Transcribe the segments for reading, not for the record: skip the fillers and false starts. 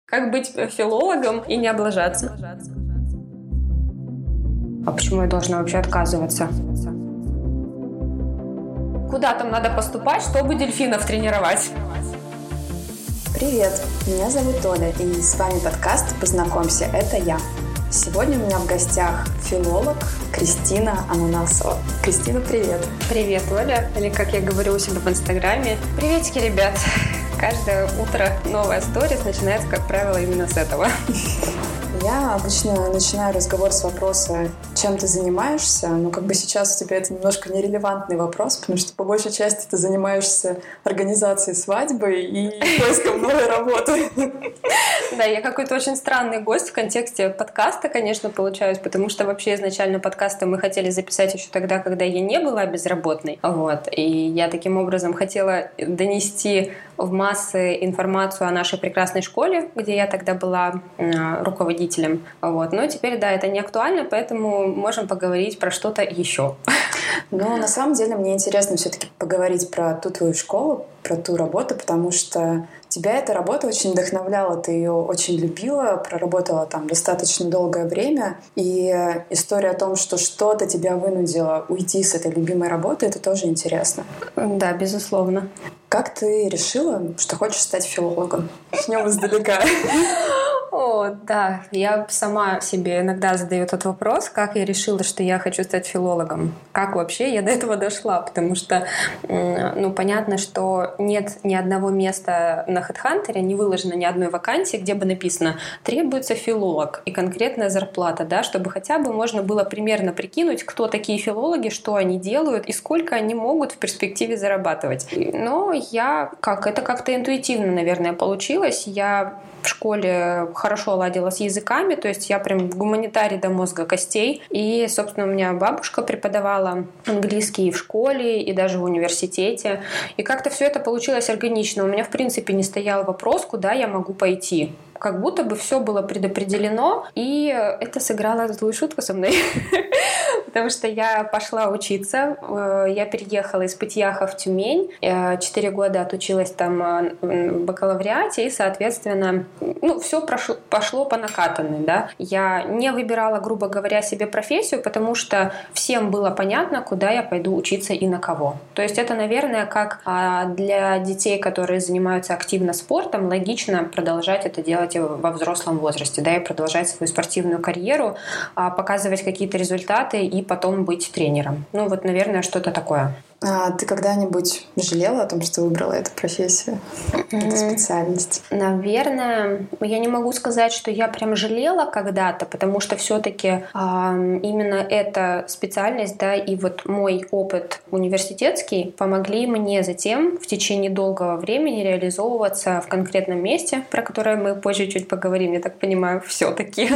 Как быть филологом и не облажаться? А почему я должна вообще отказываться? Куда там надо поступать, чтобы дельфинов тренировать? Привет, меня зовут Оля, и с вами подкаст «Познакомься, это я». Сегодня у меня в гостях филолог Кристина Ананасова. Кристина, привет. Привет, Оля, или как я говорю у себя в Инстаграме. Приветики, ребят. Каждое утро новая сторис начинается, как правило, именно с этого. Я обычно начинаю разговор с вопроса, чем ты занимаешься, но как бы сейчас у тебя это немножко нерелевантный вопрос, потому что по большей части ты занимаешься организацией свадьбы и поиском новой работы. Да, я какой-то очень странный гость в контексте подкаста, конечно, получаюсь, потому что вообще изначально подкасты мы хотели записать еще тогда, когда я не была безработной. Вот. И я таким образом хотела донести в массы информацию о нашей прекрасной школе, где я тогда была руководителем. Вот. Но теперь, да, это не актуально, поэтому можем поговорить про что-то еще. Но на самом деле мне интересно все-таки поговорить про ту твою школу, про ту работу, потому что тебя эта работа очень вдохновляла, ты ее очень любила, проработала там достаточно долгое время, и история о том, что что-то тебя вынудило уйти с этой любимой работы, это тоже интересно. Да, безусловно. Как ты решила, что хочешь стать филологом? Начнем издалека. О, да, я сама себе иногда задаю этот вопрос, как я решила, что я хочу стать филологом. Как вообще я до этого дошла? Потому что, понятно, что нет ни одного места на HeadHunter, не выложено ни одной вакансии, где бы написано «требуется филолог» и конкретная зарплата, да, чтобы хотя бы можно было примерно прикинуть, кто такие филологи, что они делают и сколько они могут в перспективе зарабатывать. Но это как-то интуитивно, наверное, получилось. Я в школе хорошо ладила с языками, то есть я прям гуманитарий до мозга костей. И, собственно, у меня бабушка преподавала английский и в школе, и даже в университете. И как-то все это получилось органично. У меня, в принципе, не стоял вопрос, куда я могу пойти. Как будто бы все было предопределено, и это сыграло злую шутку со мной. Потому что я пошла учиться. Я переехала из Пытьяха в Тюмень. 4 года отучилась там в бакалавриате, и, соответственно, все пошло по накатанной. Да? Я не выбирала, грубо говоря, себе профессию, потому что всем было понятно, куда я пойду учиться и на кого. То есть это, наверное, как для детей, которые занимаются активно спортом, логично продолжать это делать во взрослом возрасте, да, и продолжать свою спортивную карьеру, показывать какие-то результаты и потом быть тренером. Наверное, что-то такое. А ты когда-нибудь жалела о том, что выбрала эту профессию, эту специальность? Наверное, я не могу сказать, что я прям жалела когда-то, потому что все-таки именно эта специальность, да, и вот мой опыт университетский помогли мне затем в течение долгого времени реализовываться в конкретном месте, про которое мы позже чуть поговорим, я так понимаю, все-таки.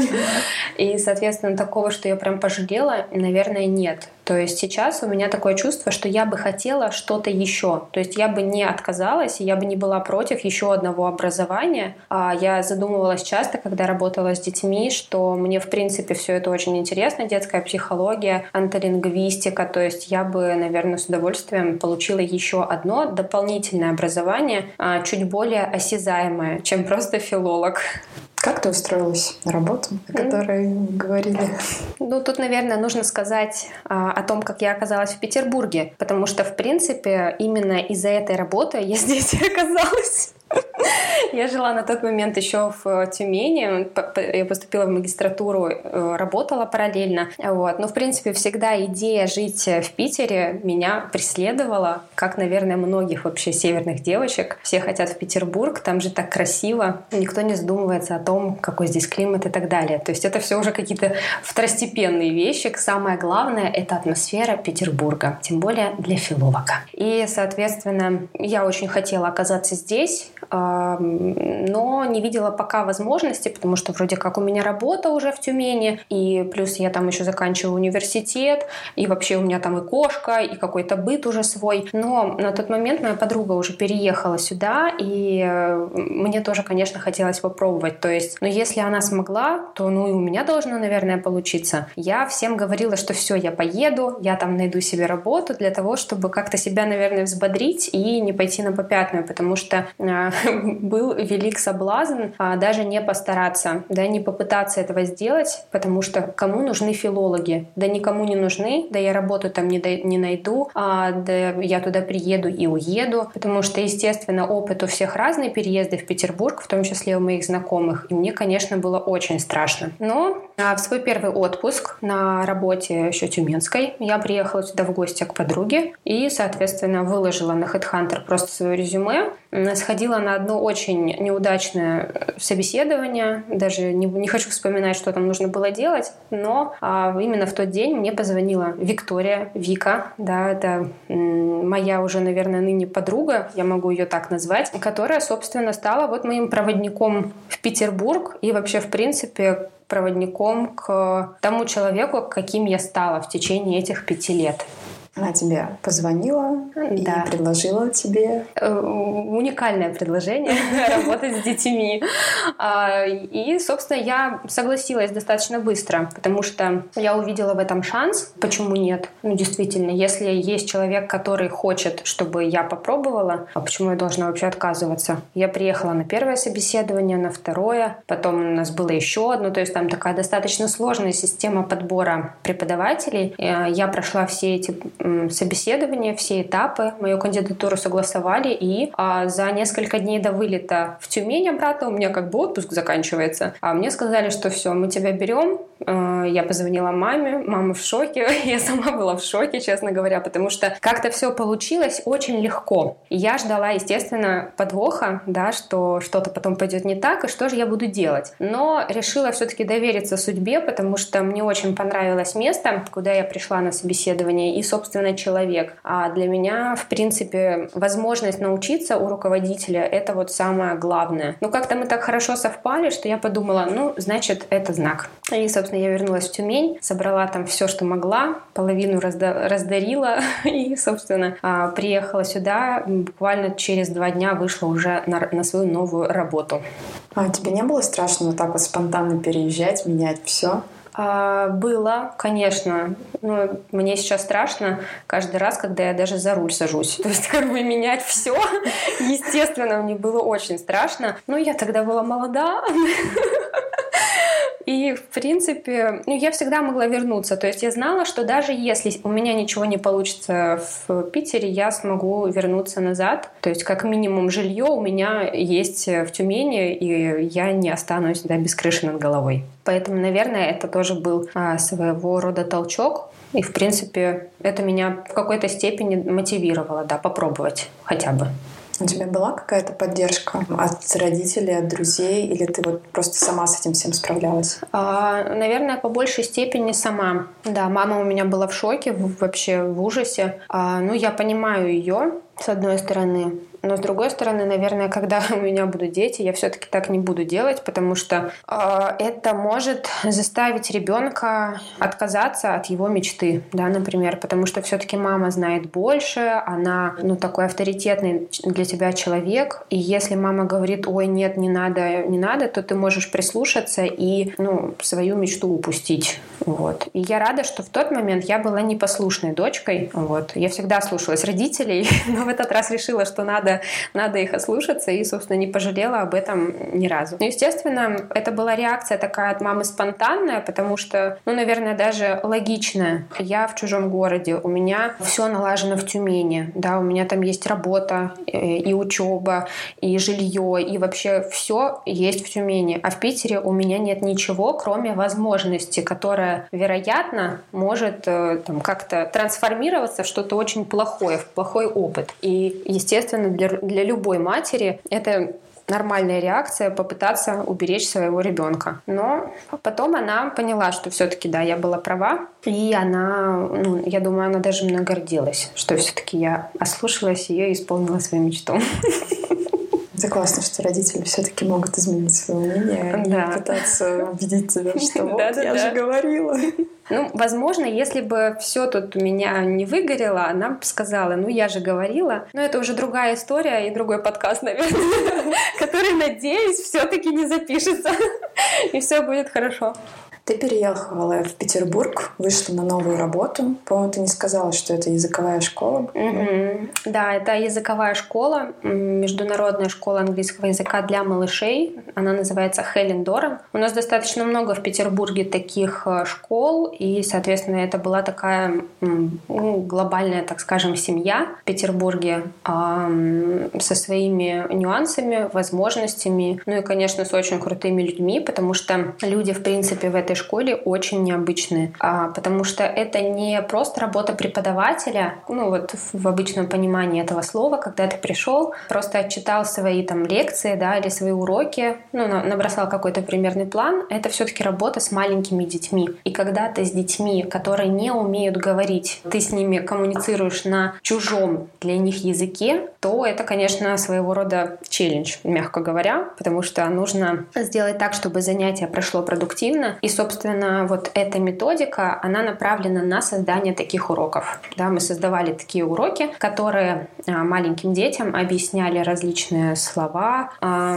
И, соответственно, такого, что я прям пожалела, наверное, нет. То есть сейчас у меня такое чувство, что я бы хотела что-то еще. То есть я бы не отказалась, я бы не была против еще одного образования. Я задумывалась часто, когда работала с детьми, что мне, в принципе, все это очень интересно. Детская психология, антилингвистика. То есть я бы, наверное, с удовольствием получила еще одно дополнительное образование, чуть более осязаемое, чем просто филолог. Как ты устроилась на работу, о которой говорили? Тут, наверное, нужно сказать о том, как я оказалась в Петербурге, потому что, в принципе, именно из-за этой работы я здесь и оказалась. Я жила на тот момент еще в Тюмени, я поступила в магистратуру, работала параллельно. Но, в принципе, всегда идея жить в Питере меня преследовала, как, наверное, многих вообще северных девочек. Все хотят в Петербург, там же так красиво, никто не задумывается о том, какой здесь климат и так далее. То есть это все уже какие-то второстепенные вещи. Самое главное — это атмосфера Петербурга, тем более для филолога. И, соответственно, я очень хотела оказаться здесь, но не видела пока возможности, потому что вроде как у меня работа уже в Тюмени, и плюс я там еще заканчиваю университет, и вообще у меня там и кошка, и какой-то быт уже свой. Но на тот момент моя подруга уже переехала сюда, и мне тоже, конечно, хотелось попробовать. То есть, если она смогла, то и у меня должно, наверное, получиться. Я всем говорила, что все, я поеду, я там найду себе работу для того, чтобы как-то себя, наверное, взбодрить и не пойти на попятную, потому что был велик соблазн соблазн даже не постараться, да, не попытаться этого сделать, потому что кому нужны филологи? Да никому не нужны, да я работу там не найду, да я туда приеду и уеду, потому что, естественно, опыт у всех разный, переезды в Петербург, в том числе у моих знакомых, и мне, конечно, было очень страшно. Но в свой первый отпуск на работе еще тюменской я приехала сюда в гости к подруге и, соответственно, выложила на HeadHunter просто свое резюме, сходила на одно очень неудачное собеседование, даже не хочу вспоминать, что там нужно было делать, но именно в тот день мне позвонила Виктория, Вика, да, это моя уже, наверное, ныне подруга, я могу ее так назвать, которая, собственно, стала вот моим проводником в Петербург и вообще, в принципе, проводником к тому человеку, каким я стала в течение этих 5 лет. Она тебе позвонила и предложила тебе... Уникальное предложение работать с детьми. И, собственно, я согласилась достаточно быстро, потому что я увидела в этом шанс. Почему нет? Ну, действительно, если есть человек, который хочет, чтобы я попробовала, а почему я должна вообще отказываться? Я приехала на первое собеседование, на второе, потом у нас было еще одно, то есть там такая достаточно сложная система подбора преподавателей. Я прошла все эти собеседования, все этапы, мою кандидатуру согласовали, и за несколько дней до вылета в Тюмень обратно, у меня как бы отпуск заканчивается, а мне сказали, что все, мы тебя берем. Я позвонила маме, мама в шоке, я сама была в шоке, честно говоря, потому что как-то все получилось очень легко. И я ждала, естественно, подвоха, да, что что-то потом пойдет не так, и что же я буду делать. Но решила все-таки довериться судьбе, потому что мне очень понравилось место, куда я пришла на собеседование, и, собственно, человек. А для меня, в принципе, возможность научиться у руководителя — это вот самое главное. Но как-то мы так хорошо совпали, что я подумала, ну, значит, это знак. И, собственно, я вернулась в Тюмень, собрала там все, что могла, половину раздарила и, собственно, приехала сюда. Буквально через 2 дня вышла уже на свою новую работу. А тебе не было страшно вот так вот спонтанно переезжать, менять все? Было, конечно. Но мне сейчас страшно каждый раз, когда я даже за руль сажусь. То есть как бы менять все. Естественно, мне было очень страшно. Но я тогда была молода. И, в принципе, я всегда могла вернуться. То есть я знала, что даже если у меня ничего не получится в Питере, я смогу вернуться назад. То есть как минимум жилье у меня есть в Тюмени, и я не останусь без крыши над головой. Поэтому, наверное, это тоже был своего рода толчок. И, в принципе, это меня в какой-то степени мотивировало, попробовать хотя бы. У тебя была какая-то поддержка от родителей, от друзей, или ты вот просто сама с этим всем справлялась? Наверное, по большей степени сама. Да, мама у меня была в шоке, вообще в ужасе. Я понимаю ее, с одной стороны. Но с другой стороны, наверное, когда у меня будут дети, я все-таки так не буду делать, потому что это может заставить ребенка отказаться от его мечты, да, например, потому что все-таки мама знает больше, она, такой авторитетный для тебя человек, и если мама говорит, ой, нет, не надо, то ты можешь прислушаться и, свою мечту упустить, вот. И я рада, что в тот момент я была непослушной дочкой, вот. Я всегда слушалась родителей, но в этот раз решила, что надо их ослушаться, и, собственно, не пожалела об этом ни разу. Естественно, это была реакция такая от мамы спонтанная, потому что, наверное, даже логичная. Я в чужом городе, у меня все налажено в Тюмени, да, у меня там есть работа, и учеба, и жилье, и вообще все есть в Тюмени. А в Питере у меня нет ничего, кроме возможности, которая, вероятно, может как-то трансформироваться в что-то очень плохое, в плохой опыт. И, естественно, для любой матери это нормальная реакция попытаться уберечь своего ребенка. Но потом она поняла, что все-таки, да, я была права. И она, я думаю, она даже мной гордилась, что все-таки я ослушалась ее и исполнила свою мечту. Это классно, что родители все-таки могут изменить свое мнение и пытаться убедить тебя, что вот, я же говорила. Возможно, если бы все тут у меня не выгорело, она бы сказала, я же говорила. Но это уже другая история и другой подкаст, наверное, который, надеюсь, все-таки не запишется. И все будет хорошо. Ты переехала в Петербург, вышла на новую работу. По-моему, ты не сказала, что это языковая школа. Да, это языковая школа, международная школа английского языка для малышей. Она называется Хелен Доран. У нас достаточно много в Петербурге таких школ, и, соответственно, это была такая глобальная, так скажем, семья в Петербурге со своими нюансами, возможностями, ну и, конечно, с очень крутыми людьми, потому что люди, в принципе, в этой школе очень необычные, потому что это не просто работа преподавателя, ну вот в обычном понимании этого слова, когда ты пришел, просто отчитал свои там лекции, да, или свои уроки, ну, набросал какой-то примерный план, это все-таки работа с маленькими детьми. И когда ты с детьми, которые не умеют говорить, ты с ними коммуницируешь на чужом для них языке, то это, конечно, своего рода челлендж, мягко говоря, потому что нужно сделать так, чтобы занятие прошло продуктивно. И, собственно, вот эта методика, она направлена на создание таких уроков. Да, мы создавали такие уроки, которые маленьким детям объясняли различные слова,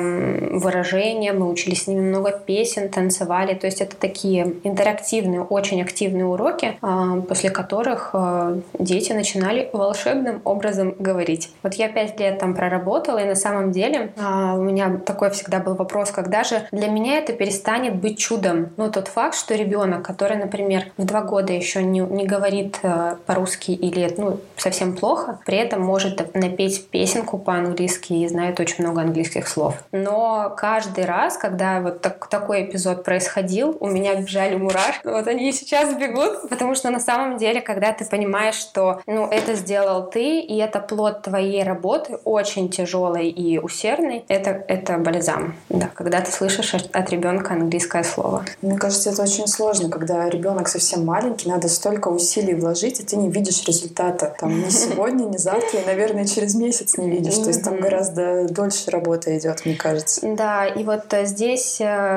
выражения, мы учили с ними много песен, танцевали. То есть это такие интерактивные, очень активные уроки, после которых дети начинали волшебным образом говорить. Вот я 5 лет там проработала, и на самом деле у меня такой всегда был вопрос, когда же для меня это перестанет быть чудом. Ну, тот факт, что ребенок, который, например, в 2 года еще не говорит по-русски или совсем плохо, при этом может напеть песенку по-английски и знает очень много английских слов. Но каждый раз, когда вот такой эпизод происходил, у меня бежали мурашки. Вот они и сейчас бегут, потому что на самом деле, когда ты понимаешь, что это сделал ты, и это плод твоей работы, очень тяжелой и усердной, это бальзам. Да, когда ты слышишь от ребенка английское слово. Мне кажется, это очень сложно, когда ребенок совсем маленький, надо столько усилий вложить, и ты не видишь результата. Там ни сегодня, ни завтра, и, наверное, через месяц не видишь. То есть там гораздо дольше работа идет, мне кажется. Да, и вот здесь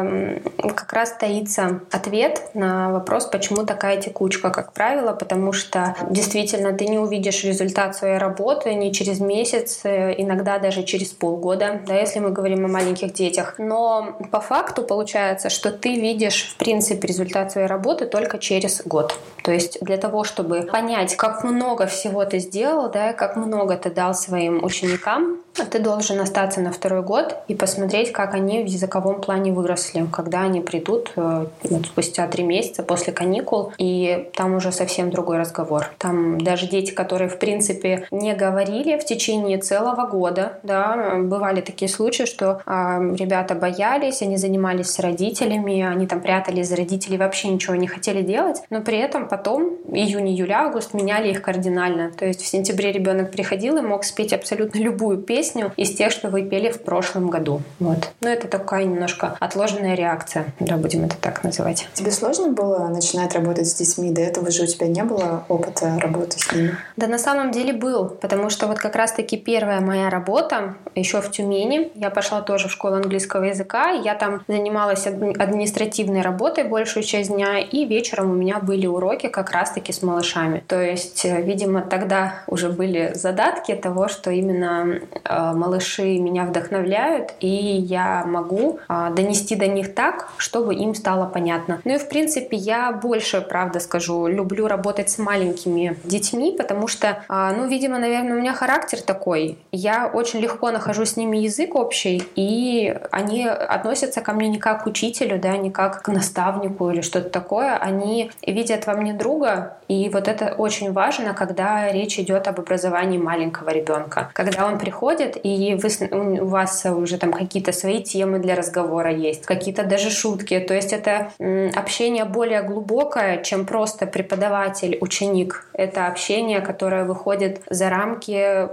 как раз таится ответ на вопрос, почему такая текучка, как правило, потому что действительно ты не увидишь результат своей работы ни через месяц, иногда даже через полгода, да, если мы говорим о маленьких детях. Но по факту получается, что ты видишь, в принципе, результат своей работы только через год. То есть для того, чтобы понять, как много всего ты сделал, да, как много ты дал своим ученикам, ты должен остаться на 2-й год и посмотреть, как они в языковом плане выросли, когда они придут спустя 3 месяца после каникул, и там уже совсем другой разговор. Там даже дети, которые, в принципе, не говорили в течение целого года, да, бывали такие случаи, что ребята боялись, они занимались с родителями, они там прятались за родителей, вообще ничего не хотели делать, но при этом потом июнь, июль, август меняли их кардинально. То есть в сентябре ребенок приходил и мог спеть абсолютно любую песню из тех, что вы пели в прошлом году. Вот. Но это такая немножко отложенная реакция, да, будем это так называть. Тебе сложно было начинать работать с детьми? До этого же у тебя не было опыта работы с ними? Да, на самом деле был, потому что вот как раз-таки первая моя работа еще в Тюмени. Я пошла тоже в школу английского языка. Я там занималась административной работой большую часть дня, и вечером у меня были уроки как раз-таки с малышами. То есть, видимо, тогда уже были задатки того, что именно малыши меня вдохновляют, и я могу донести до них так, чтобы им стало понятно. Ну и, в принципе, я больше, правда скажу, люблю работать с маленькими детьми, потому что, видимо, наверное, у меня характер такой. Я очень легко нахожу с ними язык общий, и они относятся ко мне не как к учителю, да, не как к наставнику или что-то такое. Они видят во мне друга, и вот это очень важно, когда речь идет об образовании маленького ребенка. Когда он приходит, и у вас уже там какие-то свои темы для разговора есть, какие-то даже шутки. То есть это общение более глубокое, чем просто преподаватель-ученик. Это общение, которое выходит за рамки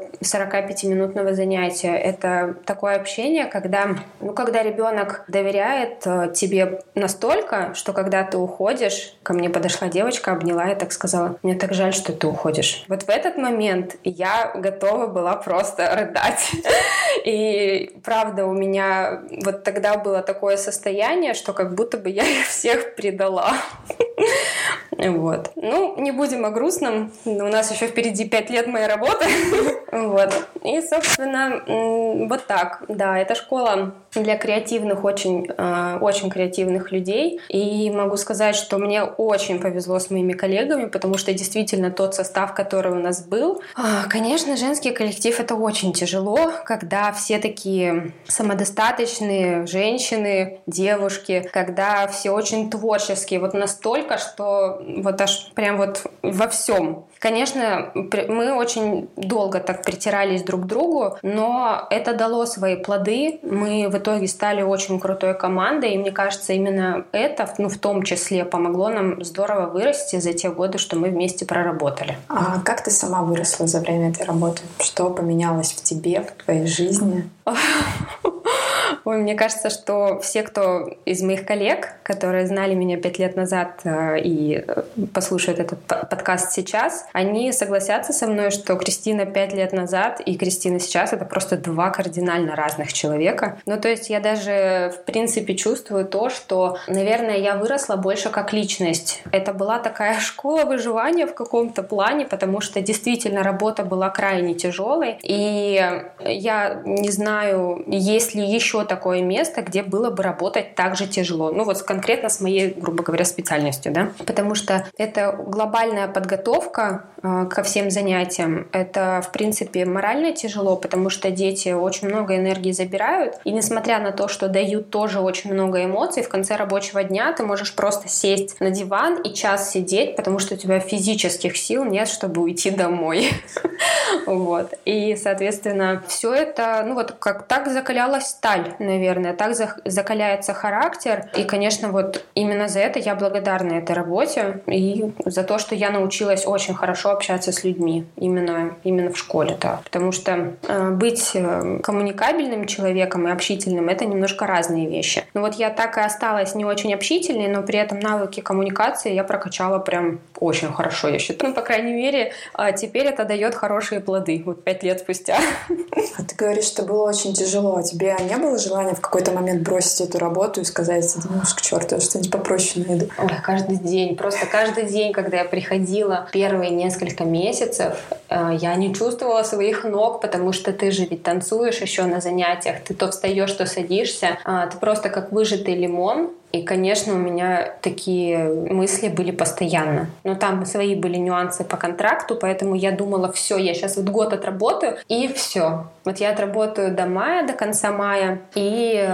45-минутного занятия. Это такое общение, когда ребенок доверяет тебе настолько, что когда ты уходишь, ко мне подошла девочка, обняла и так сказала: «Мне так жаль, что ты уходишь». Вот в этот момент я готова была просто рыдать. И правда, у меня вот тогда было такое состояние, что как будто бы я их всех предала. Вот. Не будем о грустном. У нас еще впереди 5 лет моей работы. Вот. И, собственно, вот так. Да, эта школа для креативных, очень креативных людей. И могу сказать, что мне очень повезло с моими коллегами, потому что действительно тот состав, который у нас был. Конечно, женский коллектив — это очень тяжело, когда все такие самодостаточные женщины, девушки, когда все очень творческие, вот настолько, что вот аж прям вот во всем. Конечно, мы очень долго так притирались друг к другу, но это дало свои плоды. Мы в итоге стали очень крутой командой, и мне кажется, именно это, в том числе, помогло нам здорово вырасти за те годы, что мы вместе проработали. А как ты сама выросла за время этой работы? Что поменялось в тебе, в твоей жизни? Ой, мне кажется, что все, кто из моих коллег, которые знали меня 5 лет назад и послушают этот подкаст сейчас, они согласятся со мной, что Кристина 5 лет назад и Кристина сейчас — это просто два кардинально разных человека. То есть я даже, в принципе, чувствую то, что, наверное, я выросла больше как личность. Это была такая школа выживания в каком-то плане, потому что действительно работа была крайне тяжелой. И я не знаю, есть ли еще такое место, где было бы работать так же тяжело. Конкретно с моей, грубо говоря, специальностью, да. Потому что это глобальная подготовка ко всем занятиям. Это, в принципе, морально тяжело, потому что дети очень много энергии забирают. И несмотря на то, что дают тоже очень много эмоций, в конце рабочего дня ты можешь просто сесть на диван и час сидеть, потому что у тебя физических сил нет, чтобы уйти домой. И, соответственно, все это, как так закалялась сталь, наверное, так закаляется характер. И, конечно, именно за это я благодарна этой работе и за то, что я научилась очень хорошо общаться с людьми именно в школе, да. Потому что быть коммуникабельным человеком и общительным — это немножко разные вещи. Я так и осталась не очень общительной, но при этом навыки коммуникации я прокачала прям очень хорошо, я считаю. По крайней мере, теперь это дает хорошие плоды 5 лет спустя. А ты говоришь, что было очень тяжело. А тебе не было желания в какой-то момент бросить эту работу и сказать: к черту, что-нибудь попроще найду? Ой, каждый день, когда я приходила первые несколько месяцев, я не чувствовала своих ног, потому что ты же ведь танцуешь еще на занятиях, ты то встаешь, то садишься, ты просто как выжатый лимон. И, конечно, у меня такие мысли были постоянно. Но там свои были нюансы по контракту, поэтому я думала: все, я сейчас год отработаю, и все. Я отработаю до конца мая, и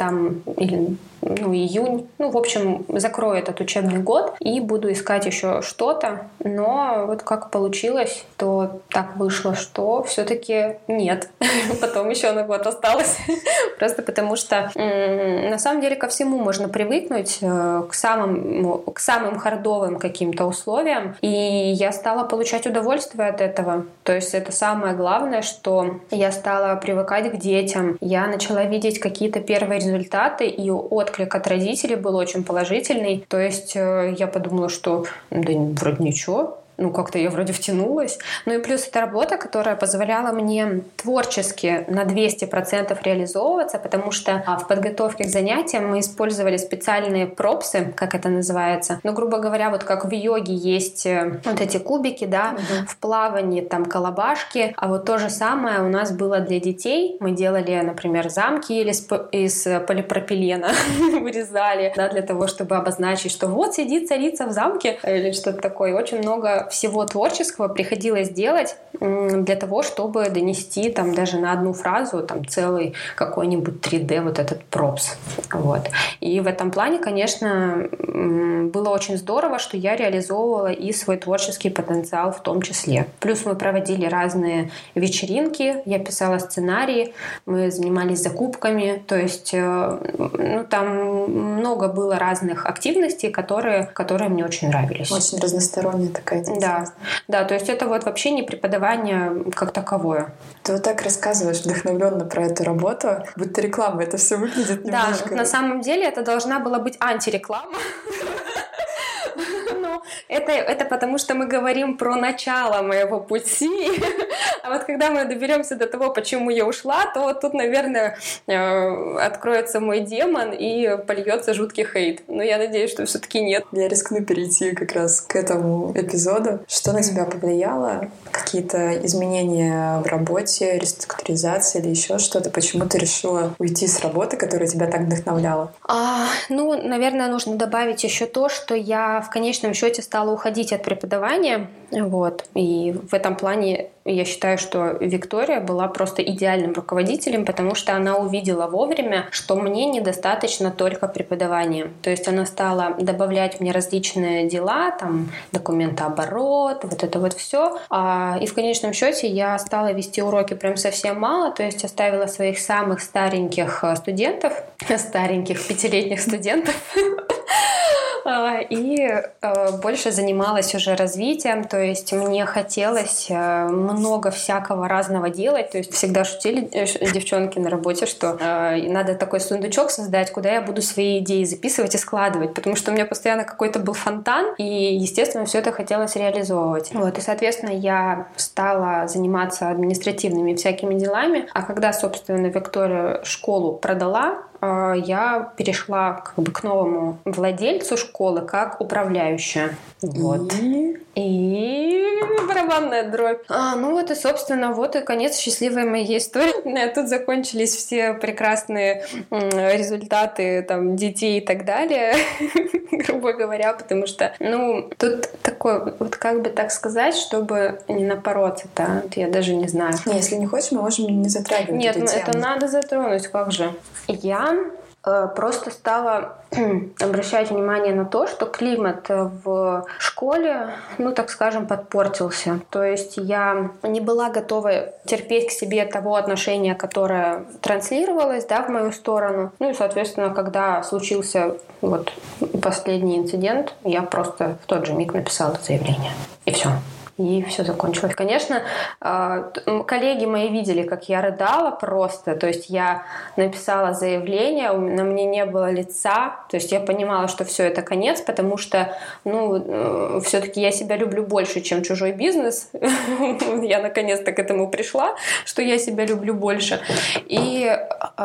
июнь. В общем, закрою этот учебный год и буду искать еще что-то. Но как получилось, то так вышло, что все-таки нет. Потом еще на год осталось. Просто потому что на самом деле ко всему можно привыкнуть, к самым хардовым каким-то условиям. И я стала получать удовольствие от этого. То есть это самое главное, что я стала привыкать к детям. Я начала видеть какие-то первые результаты, и отклик от родителей был очень положительный. То есть я подумала, что вроде ничего. Как-то я вроде втянулась. И плюс это работа, которая позволяла мне творчески на 200% реализовываться, потому что в подготовке к занятиям мы использовали специальные пропсы, как это называется. Грубо говоря, как в йоге есть эти кубики, да, в плавании там колобашки, а то же самое у нас было для детей. Мы делали, например, замки из полипропилена, вырезали, да, для того, чтобы обозначить, что сидит царица в замке или что-то такое. Очень много всего творческого приходилось делать для того, чтобы донести даже на одну фразу целый какой-нибудь 3D этот пропс. И в этом плане, конечно, было очень здорово, что я реализовывала и свой творческий потенциал в том числе. Плюс мы проводили разные вечеринки, я писала сценарии, мы занимались закупками, то есть там много было разных активностей, которые мне очень нравились. Очень разносторонняя такая деятельность. Да, то есть это вообще не преподавание как таковое. Ты так рассказываешь вдохновленно про эту работу, будто реклама, это все выглядит немножко... Да, на самом деле это должна была быть антиреклама. Но это потому, что мы говорим про начало моего пути. А вот когда мы доберемся до того, почему я ушла, то вот тут, наверное, откроется мой демон и польется жуткий хейт. Но я надеюсь, что все-таки нет. Я рискну перейти как раз к этому эпизоду. Что на тебя повлияло? Какие-то изменения в работе, реструктуризация или еще что-то? Почему ты решила уйти с работы, которая тебя так вдохновляла? Ну, наверное, нужно добавить еще то, что я в конечном счете стала уходить от преподавания. Вот. И в этом плане я считаю, что Виктория была просто идеальным руководителем, потому что она увидела вовремя, что мне недостаточно только преподавания. То есть она стала добавлять мне различные дела, там, документооборот, вот это вот все. И в конечном счете я стала вести уроки прям совсем мало, то есть оставила своих самых стареньких студентов, стареньких 5-летних студентов, и больше занималась уже развитием, то есть мне хотелось много всякого разного делать, то есть всегда шутили девчонки на работе, что надо такой сундучок создать, куда я буду свои идеи записывать и складывать, потому что у меня постоянно какой-то был фонтан, и, естественно, все это хотелось реализовывать. Вот, и, соответственно, я стала заниматься административными всякими делами, а когда, собственно, Виктория школу продала, я перешла как бы к новому владельцу школы как управляющая. Вот. И барабанная дробь. Ну вот и, собственно, вот и конец счастливой моей истории. Тут закончились все прекрасные результаты там, детей и так далее, грубо говоря, потому что, тут такой, вот как бы так сказать, чтобы не напороться-то, я даже не знаю. Если не хочешь, мы можем не затрагивать Нет, эту тему. Это надо затронуть, как же. Я просто стала обращать внимание на то, что климат в школе, так скажем, подпортился. То есть я не была готова терпеть к себе того отношения, которое транслировалось, в мою сторону. И, соответственно, когда случился вот последний инцидент, я просто в тот же миг написала заявление. И все. И все закончилось. Конечно, коллеги мои видели, как я рыдала просто. То есть я написала заявление, на мне не было лица. То есть я понимала, что все это конец, потому что, все-таки я себя люблю больше, чем чужой бизнес. Я наконец-то к этому пришла, что я себя люблю больше. И,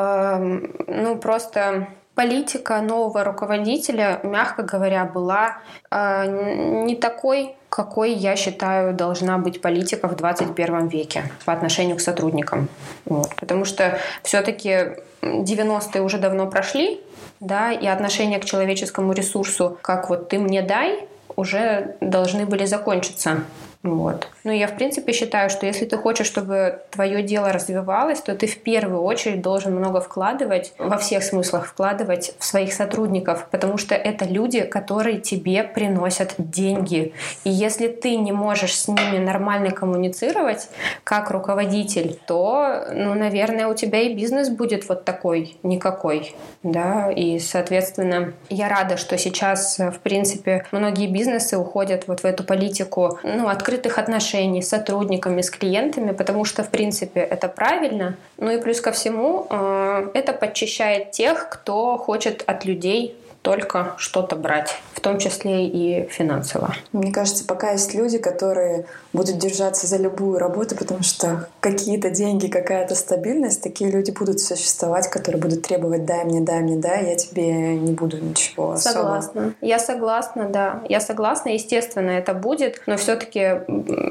просто политика нового руководителя, мягко говоря, была не такой, какой, я считаю, должна быть политика в 21 веке по отношению к сотрудникам. Вот. Потому что все-таки 90-е уже давно прошли, и отношения к человеческому ресурсу, как вот ты мне дай, уже должны были закончиться. Вот. Я, в принципе, считаю, что если ты хочешь, чтобы твое дело развивалось, то ты в первую очередь должен много вкладывать, во всех смыслах вкладывать в своих сотрудников, потому что это люди, которые тебе приносят деньги. И если ты не можешь с ними нормально коммуницировать, как руководитель, то, наверное, у тебя и бизнес будет вот такой, никакой. И, соответственно, я рада, что сейчас, в принципе, многие бизнесы уходят вот в эту политику, открытых отношений с сотрудниками, с клиентами, потому что, в принципе, это правильно. И плюс ко всему, это подчищает тех, кто хочет от людей только что-то брать, в том числе и финансово. Мне кажется, пока есть люди, которые будут держаться за любую работу, потому что какие-то деньги, какая-то стабильность, такие люди будут существовать, которые будут требовать «дай мне, я тебе не буду ничего особо». Согласна. Я согласна, да. Я согласна, естественно, это будет, но все-таки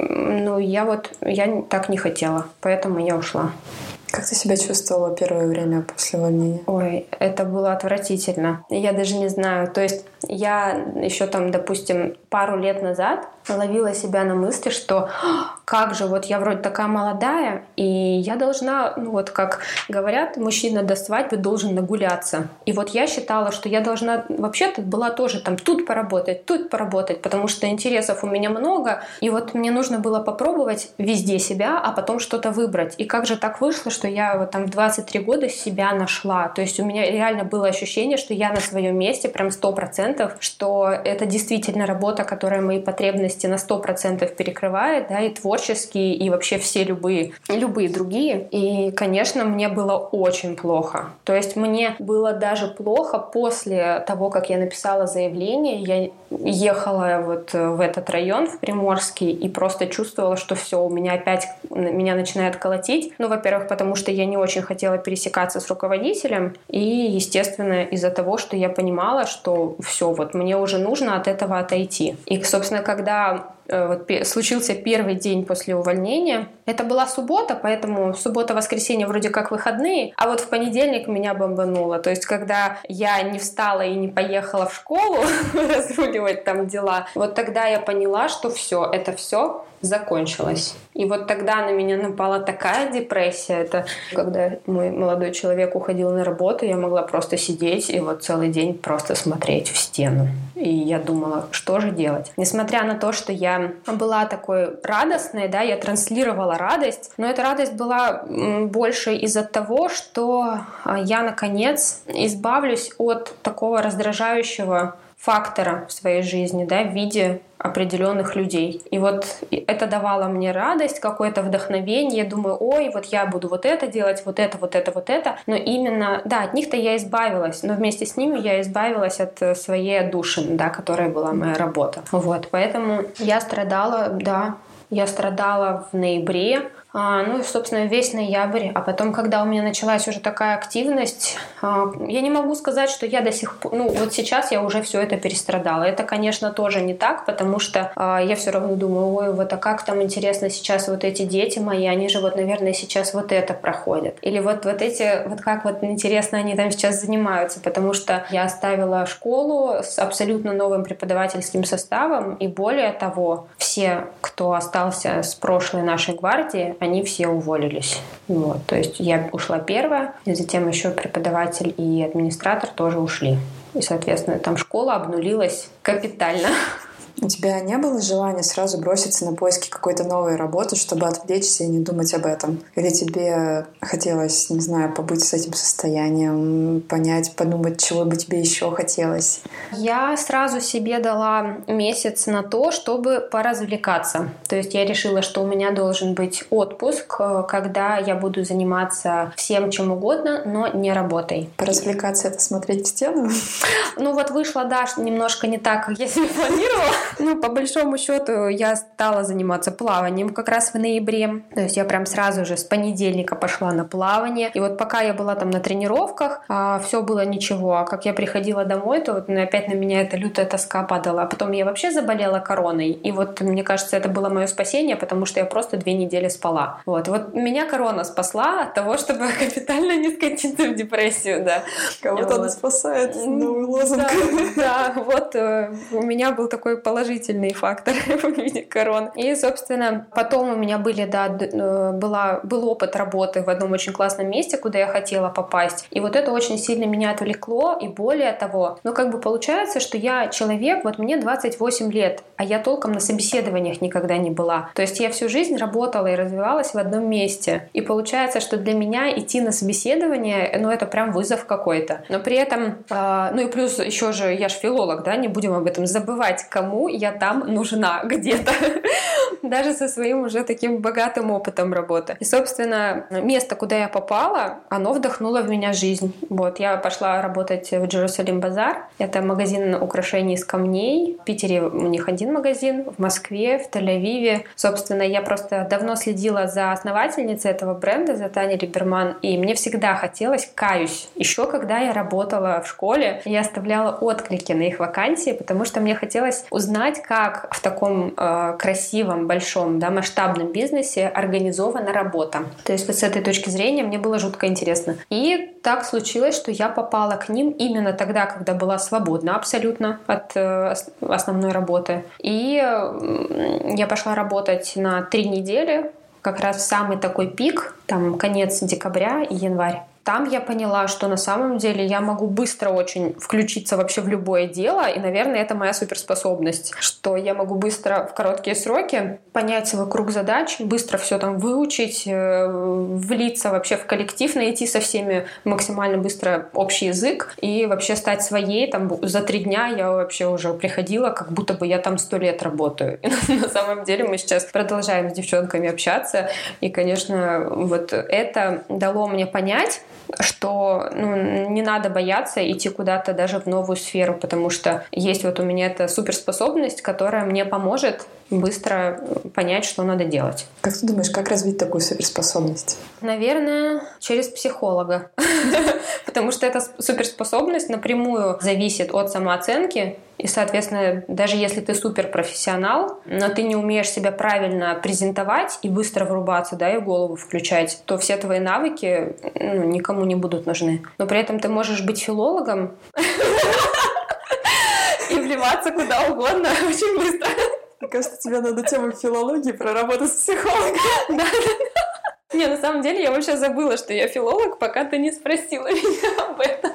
я так не хотела, поэтому я ушла. Как ты себя чувствовала первое время после увольнения? Ой, это было отвратительно. Я даже не знаю. То есть я еще допустим, пару лет назад ловила себя на мысли, что как же, вот я вроде такая молодая, и я должна, как говорят, мужчина до свадьбы должен нагуляться. И вот я считала, что я должна, вообще-то была тоже тут поработать, потому что интересов у меня много, и вот мне нужно было попробовать везде себя, а потом что-то выбрать. И как же так вышло, что я в 23 года себя нашла. То есть у меня реально было ощущение, что я на своем месте, прям 100%, что это действительно работа работа, которая мои потребности на 100% перекрывает, да, и творческие, и вообще все любые другие. И, конечно, мне было очень плохо. То есть мне было даже плохо после того, как я написала заявление. Я ехала вот в этот район, в Приморский, и просто чувствовала, что все, меня начинает колотить. Ну, во-первых, потому что я не очень хотела пересекаться с руководителем, и, естественно, из-за того, что я понимала, что все, вот мне уже нужно от этого отойти. И, собственно, когда случился первый день после увольнения. Это была суббота, поэтому суббота-воскресенье вроде как выходные, а вот в понедельник меня бомбануло. То есть, когда я не встала и не поехала в школу разруливать там дела, вот тогда я поняла, что это все закончилось. И вот тогда на меня напала такая депрессия. Это когда мой молодой человек уходил на работу, я могла просто сидеть и вот целый день просто смотреть в стену. И я думала, что же делать? Несмотря на то, что я была такой радостной, да, я транслировала радость, но эта радость была больше из-за того, что я, наконец, избавлюсь от такого раздражающего фактора в своей жизни, да, в виде определенных людей. И вот это давало мне радость, какое-то вдохновение. Я думаю, ой, вот я буду вот это делать, вот это. Но именно, да, от них-то я избавилась, но вместе с ними я избавилась от своей отдушины, да, которая была моя работа. Вот, поэтому я страдала в ноябре, ну и, собственно, весь ноябрь. А потом, когда у меня началась уже такая активность, я не могу сказать, что я до сих пор... Ну, вот сейчас я уже все это перестрадала. Это, конечно, тоже не так, потому что я все равно думаю, ой, вот а как там интересно сейчас вот эти дети мои, они же вот, наверное, сейчас вот это проходят. Или вот эти, вот как вот интересно они там сейчас занимаются, потому что я оставила школу с абсолютно новым преподавательским составом, и более того, все, кто остался с прошлой нашей гвардии, они все уволились. Вот. То есть я ушла первая, и затем еще преподаватель и администратор тоже ушли. И, соответственно, там школа обнулилась капитально. У тебя не было желания сразу броситься на поиски какой-то новой работы, чтобы отвлечься и не думать об этом? Или тебе хотелось, не знаю, побыть с этим состоянием, подумать, чего бы тебе еще хотелось? Я сразу себе дала месяц на то, чтобы поразвлекаться. То есть я решила, что у меня должен быть отпуск, когда я буду заниматься всем, чем угодно, но не работой. Поразвлекаться — это смотреть в стену? Ну вот вышло, да, немножко не так, как я себе планировала. Ну, по большому счету, я стала заниматься плаванием как раз в ноябре. То есть я прям сразу же с понедельника пошла на плавание. И вот пока я была там на тренировках, все было ничего. А как я приходила домой, то вот опять на меня эта лютая тоска падала. А потом я вообще заболела короной. И вот, мне кажется, это было мое спасение, потому что я просто 2 недели спала. Вот меня корона спасла от того, чтобы капитально не скатиться в депрессию, да. Кого-то она спасает, новый лозунг. Да, вот у меня был такой положительный фактор в виде корон. И, собственно, потом у меня был опыт работы в одном очень классном месте, куда я хотела попасть. И вот это очень сильно меня отвлекло. И более того, получается, что я человек, вот мне 28 лет, а я толком на собеседованиях никогда не была. То есть я всю жизнь работала и развивалась в одном месте. И получается, что для меня идти на собеседование, это прям вызов какой-то. Но при этом, и плюс еще же, я же филолог, да, не будем об этом забывать, кому я там нужна где-то. Даже со своим уже таким богатым опытом работы. И, собственно, место, куда я попала, оно вдохнуло в меня жизнь. Вот, я пошла работать в Jerusalem Bazaar. Это магазин украшений из камней. В Питере у них один магазин, в Москве, в Тель-Авиве. Собственно, я просто давно следила за основательницей этого бренда, за Таней Либерман, и мне всегда хотелось, каюсь, еще когда я работала в школе, я оставляла отклики на их вакансии, потому что мне хотелось узнать, как в таком красивом, большом, да, масштабном бизнесе организована работа. То есть вот с этой точки зрения мне было жутко интересно. И так случилось, что я попала к ним именно тогда, когда была свободна абсолютно от основной работы. И я пошла работать на 3 недели, как раз в самый такой пик, там конец декабря и январь. там я поняла, что на самом деле я могу быстро очень включиться вообще в любое дело, и, наверное, это моя суперспособность, что я могу быстро в короткие сроки понять свой круг задач, быстро все там выучить, влиться вообще в коллектив, найти со всеми максимально быстро общий язык и вообще стать своей. Там за 3 дня я вообще уже приходила, как будто бы я там 100 лет работаю. И на самом деле мы сейчас продолжаем с девчонками общаться, и, конечно, вот это дало мне понять, что не надо бояться идти куда-то даже в новую сферу, потому что есть вот у меня эта суперспособность, которая мне поможет быстро понять, что надо делать. Как ты думаешь, как развить такую суперспособность? Наверное, через психолога. Потому что эта суперспособность напрямую зависит от самооценки. И, соответственно, даже если ты суперпрофессионал, но ты не умеешь себя правильно презентовать и быстро врубаться, да, и голову включать, то все твои навыки никому не будут нужны. Но при этом ты можешь быть филологом и вливаться куда угодно очень быстро. Мне кажется, тебе надо тему филологии проработать с психологом. Да. Не, на самом деле я вообще забыла, что я филолог, пока ты не спросила меня об этом.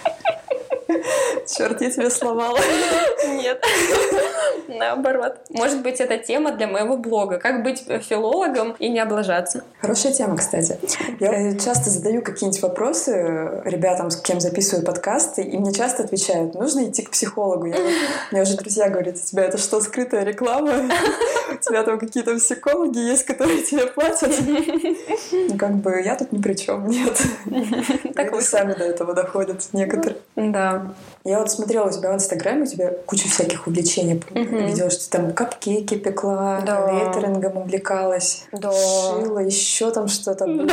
Черт, я тебя сломала. Нет, наоборот. Может быть, это тема для моего блога. Как быть филологом и не облажаться. Хорошая тема, кстати. Я часто задаю какие-нибудь вопросы ребятам, с кем записываю подкасты, и мне часто отвечают: нужно идти к психологу. Мне уже друзья говорят: у тебя это что, скрытая реклама? У тебя там какие-то психологи есть, которые тебе платят? Как бы я тут ни при чем, нет. Они сами до этого доходят некоторые. Да. Я вот смотрела у тебя в Инстаграме, у тебя куча всяких увлечений. Видела, что ты там капкейки пекла, кейтерингом увлекалась, шила, еще там что-то было.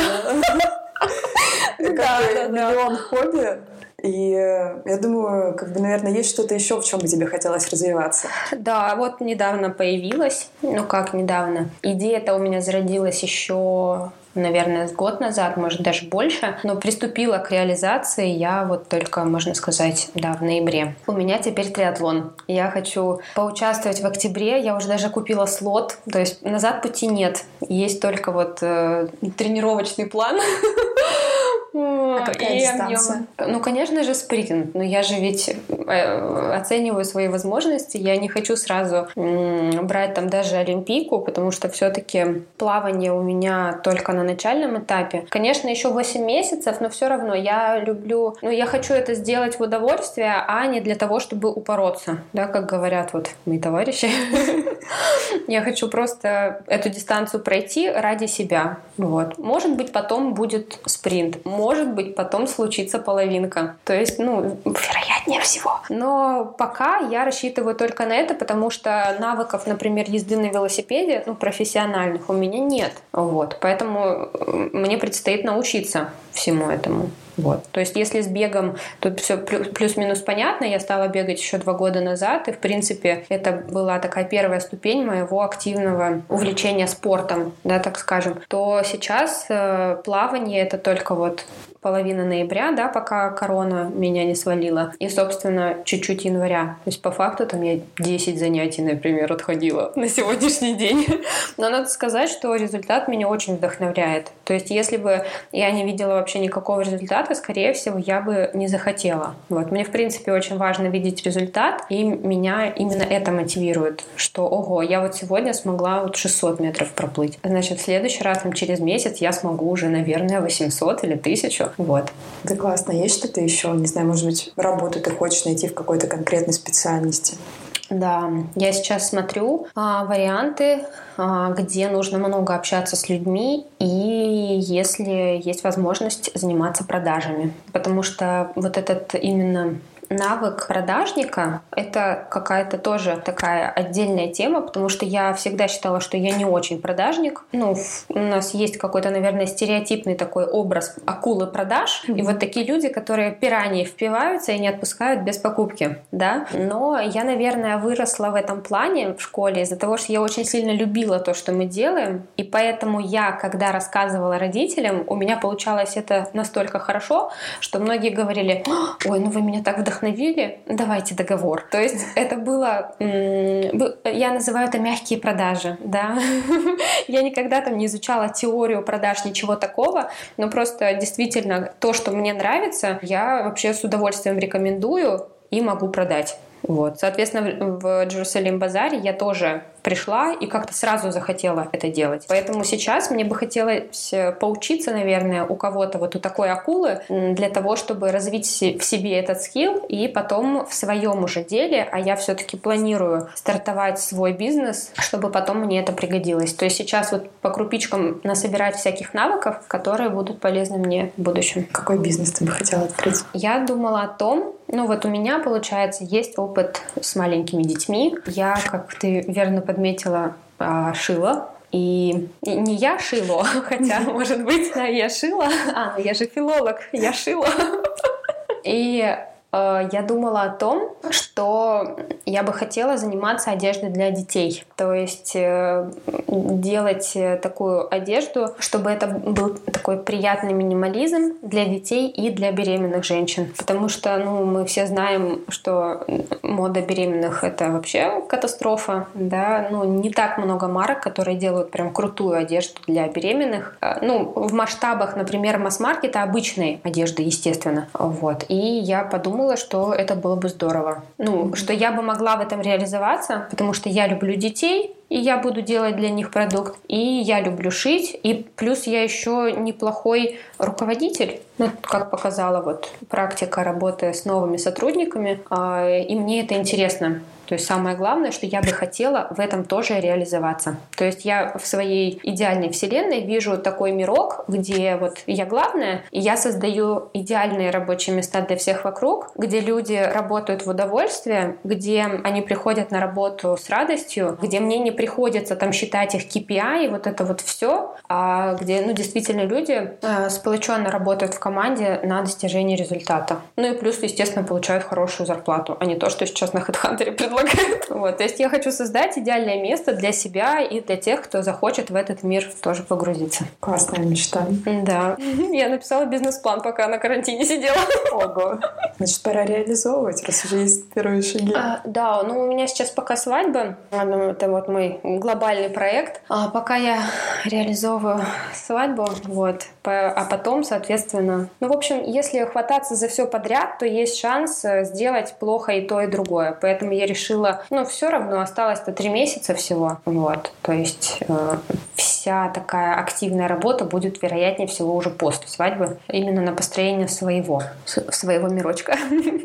Миллион хобби. И я думаю, наверное, есть что-то еще, в чем бы тебе хотелось развиваться. Да, вот недавно появилась, как недавно. Идея-то у меня зародилась еще, наверное, год назад, может, даже больше, но приступила к реализации я вот только, можно сказать, в ноябре. У меня теперь триатлон. Я хочу поучаствовать в октябре, я уже даже купила слот, то есть назад пути нет, есть только вот тренировочный план. А какая дистанция? Конечно же, спринт. Но я же ведь оцениваю свои возможности. Я не хочу сразу брать там даже олимпийку, потому что все-таки плавание у меня только на начальном этапе. Конечно, еще 8 месяцев, но все равно я люблю... я хочу это сделать в удовольствие, а не для того, чтобы упороться. Да, как говорят вот мои товарищи. Я хочу просто эту дистанцию пройти ради себя. Вот. Может быть, потом будет спринт. Может быть, потом случится половинка. То есть, вероятнее всего. Но пока я рассчитываю только на это, потому что навыков, например, езды на велосипеде, профессиональных у меня нет. Вот. Поэтому мне предстоит научиться всему этому. Вот. То есть, если с бегом тут все плюс-минус понятно, я стала бегать еще 2 года назад, и, в принципе, это была такая первая ступень моего активного увлечения спортом, да, так скажем, то сейчас плавание — это только вот половина ноября, да, пока корона меня не свалила, и, собственно, чуть-чуть января. То есть, по факту, там я 10 занятий, например, отходила на сегодняшний день. Но надо сказать, что результат меня очень вдохновляет. То есть, если бы я не видела вообще никакого результата, скорее всего, я бы не захотела. Вот. Мне, в принципе, очень важно видеть результат, и меня именно это мотивирует, что, ого, я вот сегодня смогла 600 метров проплыть. Значит, в следующий раз, через месяц я смогу уже, наверное, 800 или 1000. Вот. Да, классно. Есть что-то еще? Не знаю, может быть, работу ты хочешь найти в какой-то конкретной специальности? Да, я сейчас смотрю варианты, где нужно много общаться с людьми, и если есть возможность заниматься продажами. Потому что вот этот именно навык продажника — это какая-то тоже такая отдельная тема, потому что я всегда считала, что я не очень продажник. У нас есть какой-то, наверное, стереотипный такой образ акулы продаж, и вот такие люди, которые пираньи впиваются и не отпускают без покупки, да. Но я, наверное, выросла в этом плане в школе из-за того, что я очень сильно любила то, что мы делаем, и поэтому я, когда рассказывала родителям, у меня получалось это настолько хорошо, что многие говорили: ой, вы меня так вдохновляете, вдохновили, давайте договор. То есть это было, я называю это мягкие продажи, да. Я никогда там не изучала теорию продаж, ничего такого, но просто действительно то, что мне нравится, я вообще с удовольствием рекомендую и могу продать. Вот. Соответственно, в Jerusalem базаре я тоже пришла и как-то сразу захотела это делать. Поэтому сейчас мне бы хотелось поучиться, наверное, у кого-то, вот у такой акулы, для того, чтобы развить в себе этот скилл и потом в своем уже деле, а я все-таки планирую стартовать свой бизнес, чтобы потом мне это пригодилось. То есть сейчас вот по крупичкам насобирать всяких навыков, которые будут полезны мне в будущем. Какой бизнес ты бы хотела открыть? Я думала о том, вот у меня, получается, есть опыт с маленькими детьми. Я, как ты верно подметила, шила. И не я шила, хотя, может быть, я шила. Но я же филолог, я шила. И я думала о том, что я бы хотела заниматься одеждой для детей. То есть делать такую одежду, чтобы это был такой приятный минимализм для детей и для беременных женщин. Потому что мы все знаем, что мода беременных — это вообще катастрофа. Да? Не так много марок, которые делают прям крутую одежду для беременных. В масштабах, например, масс-маркета обычной одежды, естественно. Вот. И я подумала, что это было бы здорово. Что я бы могла в этом реализоваться, потому что я люблю детей, и я буду делать для них продукт. И я люблю шить, и плюс я еще неплохой руководитель. Как показала практика работы с новыми сотрудниками, и мне это интересно. То есть самое главное, что я бы хотела в этом тоже реализоваться. То есть я в своей идеальной вселенной вижу такой мирок, где я главная, и я создаю идеальные рабочие места для всех вокруг, где люди работают в удовольствие, где они приходят на работу с радостью, где мне не приходится там считать их KPI, это все, а где действительно люди сплоченно работают в команде на достижение результата. И плюс, естественно, получают хорошую зарплату, а не то, что сейчас на HeadHunter предлагают. То есть я хочу создать идеальное место для себя и для тех, кто захочет в этот мир тоже погрузиться. Классная мечта. Да. Я написала бизнес-план, пока на карантине сидела. Ого. Значит, пора реализовывать, раз уже есть первые шаги. Да, у меня сейчас пока свадьба. Это мой глобальный проект. Пока я реализовываю свадьбу, а потом, соответственно... в общем, если хвататься за все подряд, то есть шанс сделать плохо и то, и другое. Поэтому я решила, все равно осталось-то 3 месяца всего. То есть вся такая активная работа будет, вероятнее всего, уже после свадьбы. Именно на построение своего мирочка.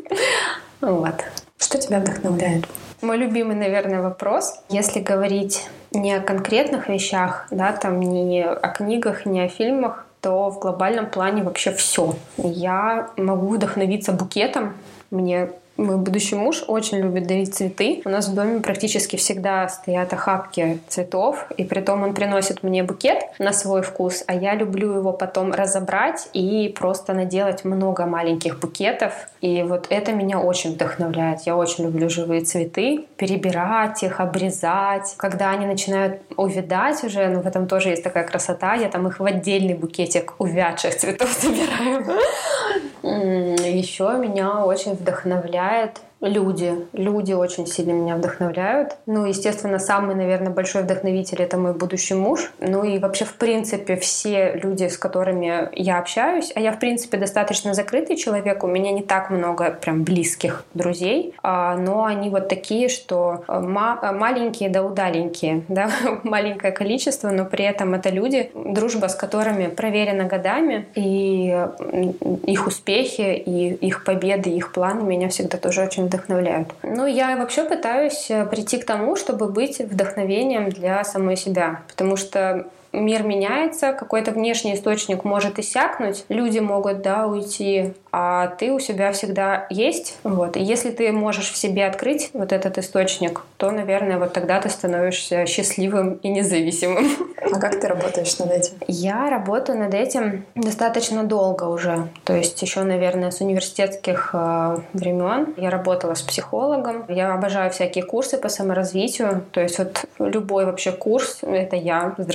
Что тебя вдохновляет? Мой любимый, наверное, вопрос. Если говорить не о конкретных вещах, не о книгах, не о фильмах, то в глобальном плане вообще все. Я могу вдохновиться букетом. Мой будущий муж очень любит дарить цветы. У нас в доме практически всегда стоят охапки цветов, и притом он приносит мне букет на свой вкус, а я люблю его потом разобрать и просто наделать много маленьких букетов. И это меня очень вдохновляет. Я очень люблю живые цветы, перебирать их, обрезать. Когда они начинают увядать уже, в этом тоже есть такая красота, я там их в отдельный букетик увядших цветов собираю. Еще меня очень вдохновляет люди. Люди очень сильно меня вдохновляют. Естественно, самый, наверное, большой вдохновитель — это мой будущий муж. И вообще, в принципе, все люди, с которыми я общаюсь, а я, в принципе, достаточно закрытый человек, у меня не так много прям близких друзей, но они такие, что маленькие да удаленькие, да, маленькое количество, но при этом это люди, дружба с которыми проверена годами, и их успехи, и их победы, и их планы меня всегда тоже очень вдохновляют. Я вообще пытаюсь прийти к тому, чтобы быть вдохновением для самой себя, потому что мир меняется, какой-то внешний источник может иссякнуть, люди могут, уйти, а ты у себя всегда есть. И если ты можешь в себе открыть этот источник, то, наверное, тогда ты становишься счастливым и независимым. А как ты работаешь над этим? Я работаю над этим достаточно долго уже. То есть еще, наверное, с университетских времен. Я работала с психологом. Я обожаю всякие курсы по саморазвитию. То есть любой вообще курс — это я. Здравствуйте.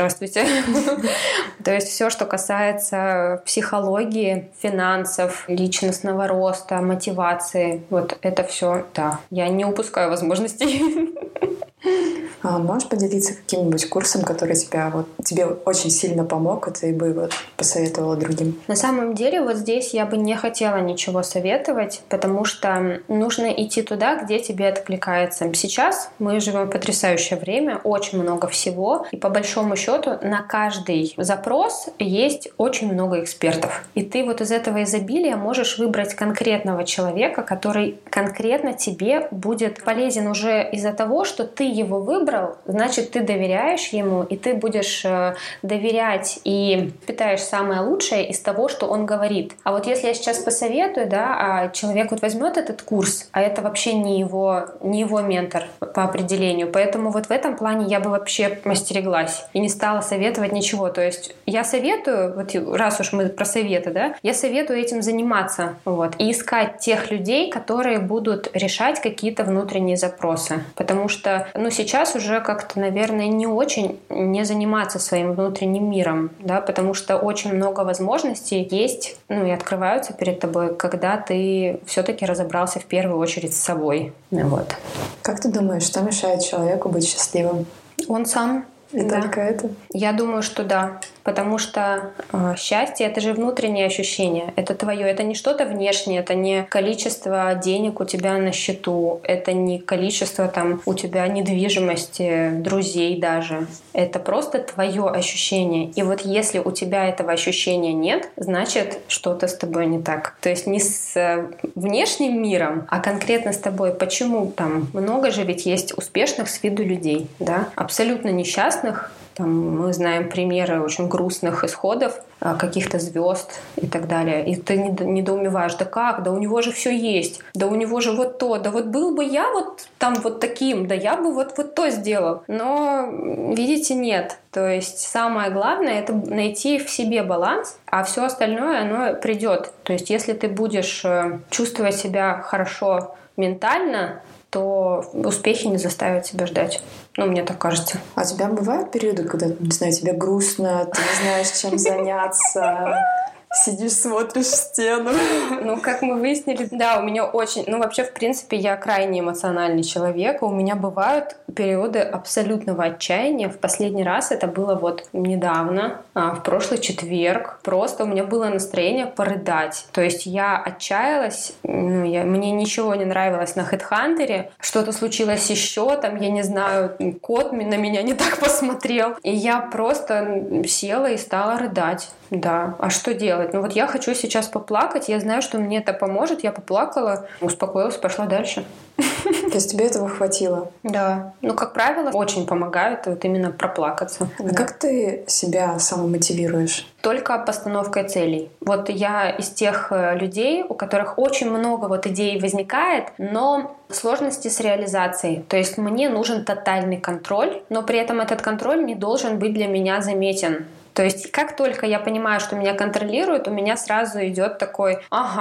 То есть все, что касается психологии, финансов, личностного роста, мотивации, вот это все, да, я не упускаю возможностей. А можешь поделиться каким-нибудь курсом, который тебе очень сильно помог, и ты бы посоветовала другим? На самом деле вот здесь я бы не хотела ничего советовать, потому что нужно идти туда, где тебе откликается. Сейчас мы живем в потрясающее время, очень много всего, и по большому счету на каждый запрос есть очень много экспертов. И ты вот из этого изобилия можешь выбрать конкретного человека, который конкретно тебе будет полезен уже из-за того, что ты его выбрал, значит, ты доверяешь ему, и ты будешь доверять и питаешь самое лучшее из того, что он говорит. А вот если я сейчас посоветую, да, а человек вот возьмет этот курс, а это вообще не его ментор по определению, поэтому вот в этом плане я бы вообще остереглась и не стала советовать ничего. То есть я советую, вот раз уж мы про советы, да, я советую этим заниматься, вот, и искать тех людей, которые будут решать какие-то внутренние запросы, потому что, сейчас уже как-то, наверное, не очень не заниматься своим внутренним миром, да, потому что очень много возможностей есть, и открываются перед тобой, когда ты все-таки разобрался в первую очередь с собой. Вот. Как ты думаешь, что мешает человеку быть счастливым? Он сам. И только это? Я думаю, что да. Потому что счастье — это же внутреннее ощущение. Это твое. Это не что-то внешнее. Это не количество денег у тебя на счету. Это не количество у тебя недвижимости, друзей даже. Это просто твое ощущение. И вот если у тебя этого ощущения нет, значит, что-то с тобой не так. То есть не с внешним миром, а конкретно с тобой. Почему? Много же ведь есть успешных с виду людей, да? Абсолютно несчастных. Мы знаем примеры очень грустных исходов каких-то звезд и так далее. И ты недоумеваешь, да как, да у него же все есть, да у него же вот то, да вот был бы я вот таким, да я бы вот то сделал. Но, видите, нет. То есть самое главное — это найти в себе баланс, а все остальное, оно придет. То есть если ты будешь чувствовать себя хорошо ментально, то успехи не заставят себя ждать. Мне так кажется. А у тебя бывают периоды, когда, не знаю, тебе грустно, ты не знаешь, чем заняться, сидишь, смотришь в стену? Как мы выяснили, да, у меня очень... вообще, в принципе, я крайне эмоциональный человек. У меня бывают периоды абсолютного отчаяния. В последний раз это было недавно, в прошлый четверг. Просто у меня было настроение порыдать. То есть я отчаялась, мне ничего не нравилось на HeadHunter, что-то случилось еще, я не знаю, кот на меня не так посмотрел. И я просто села и стала рыдать. Да, а что делать? Я хочу сейчас поплакать, я знаю, что мне это поможет, я поплакала, успокоилась, пошла дальше. То есть тебе этого хватило? Да. Как правило, очень помогает именно проплакаться. А как ты себя самомотивируешь? Только постановкой целей. Я из тех людей, у которых очень много идей возникает, но сложности с реализацией. То есть мне нужен тотальный контроль, но при этом этот контроль не должен быть для меня заметен. То есть как только я понимаю, что меня контролируют, у меня сразу идет такой,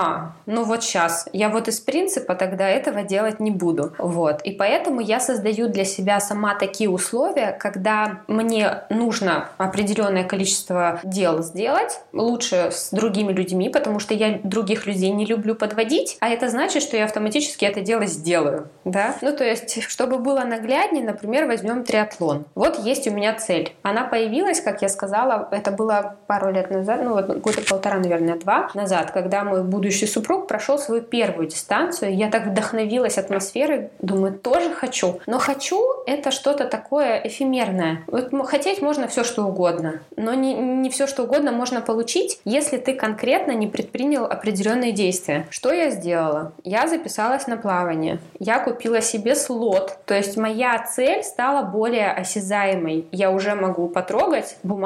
сейчас, я из принципа тогда этого делать не буду. И поэтому я создаю для себя сама такие условия, когда мне нужно определенное количество дел сделать, лучше с другими людьми, потому что я других людей не люблю подводить, а это значит, что я автоматически это дело сделаю. Да? То есть, чтобы было нагляднее, например, возьмем триатлон. Есть у меня цель. Она появилась, как я сказала, это было пару лет назад, года полтора, наверное, 2 назад, когда мой будущий супруг прошел свою первую дистанцию. Я так вдохновилась атмосферой, думаю, тоже хочу. Но хочу — это что-то такое эфемерное. Хотеть можно все, что угодно, но не все, что угодно можно получить, если ты конкретно не предпринял определенные действия. Что я сделала? Я записалась на плавание. Я купила себе слот. То есть моя цель стала более осязаемой. Я уже могу потрогать бумажку, где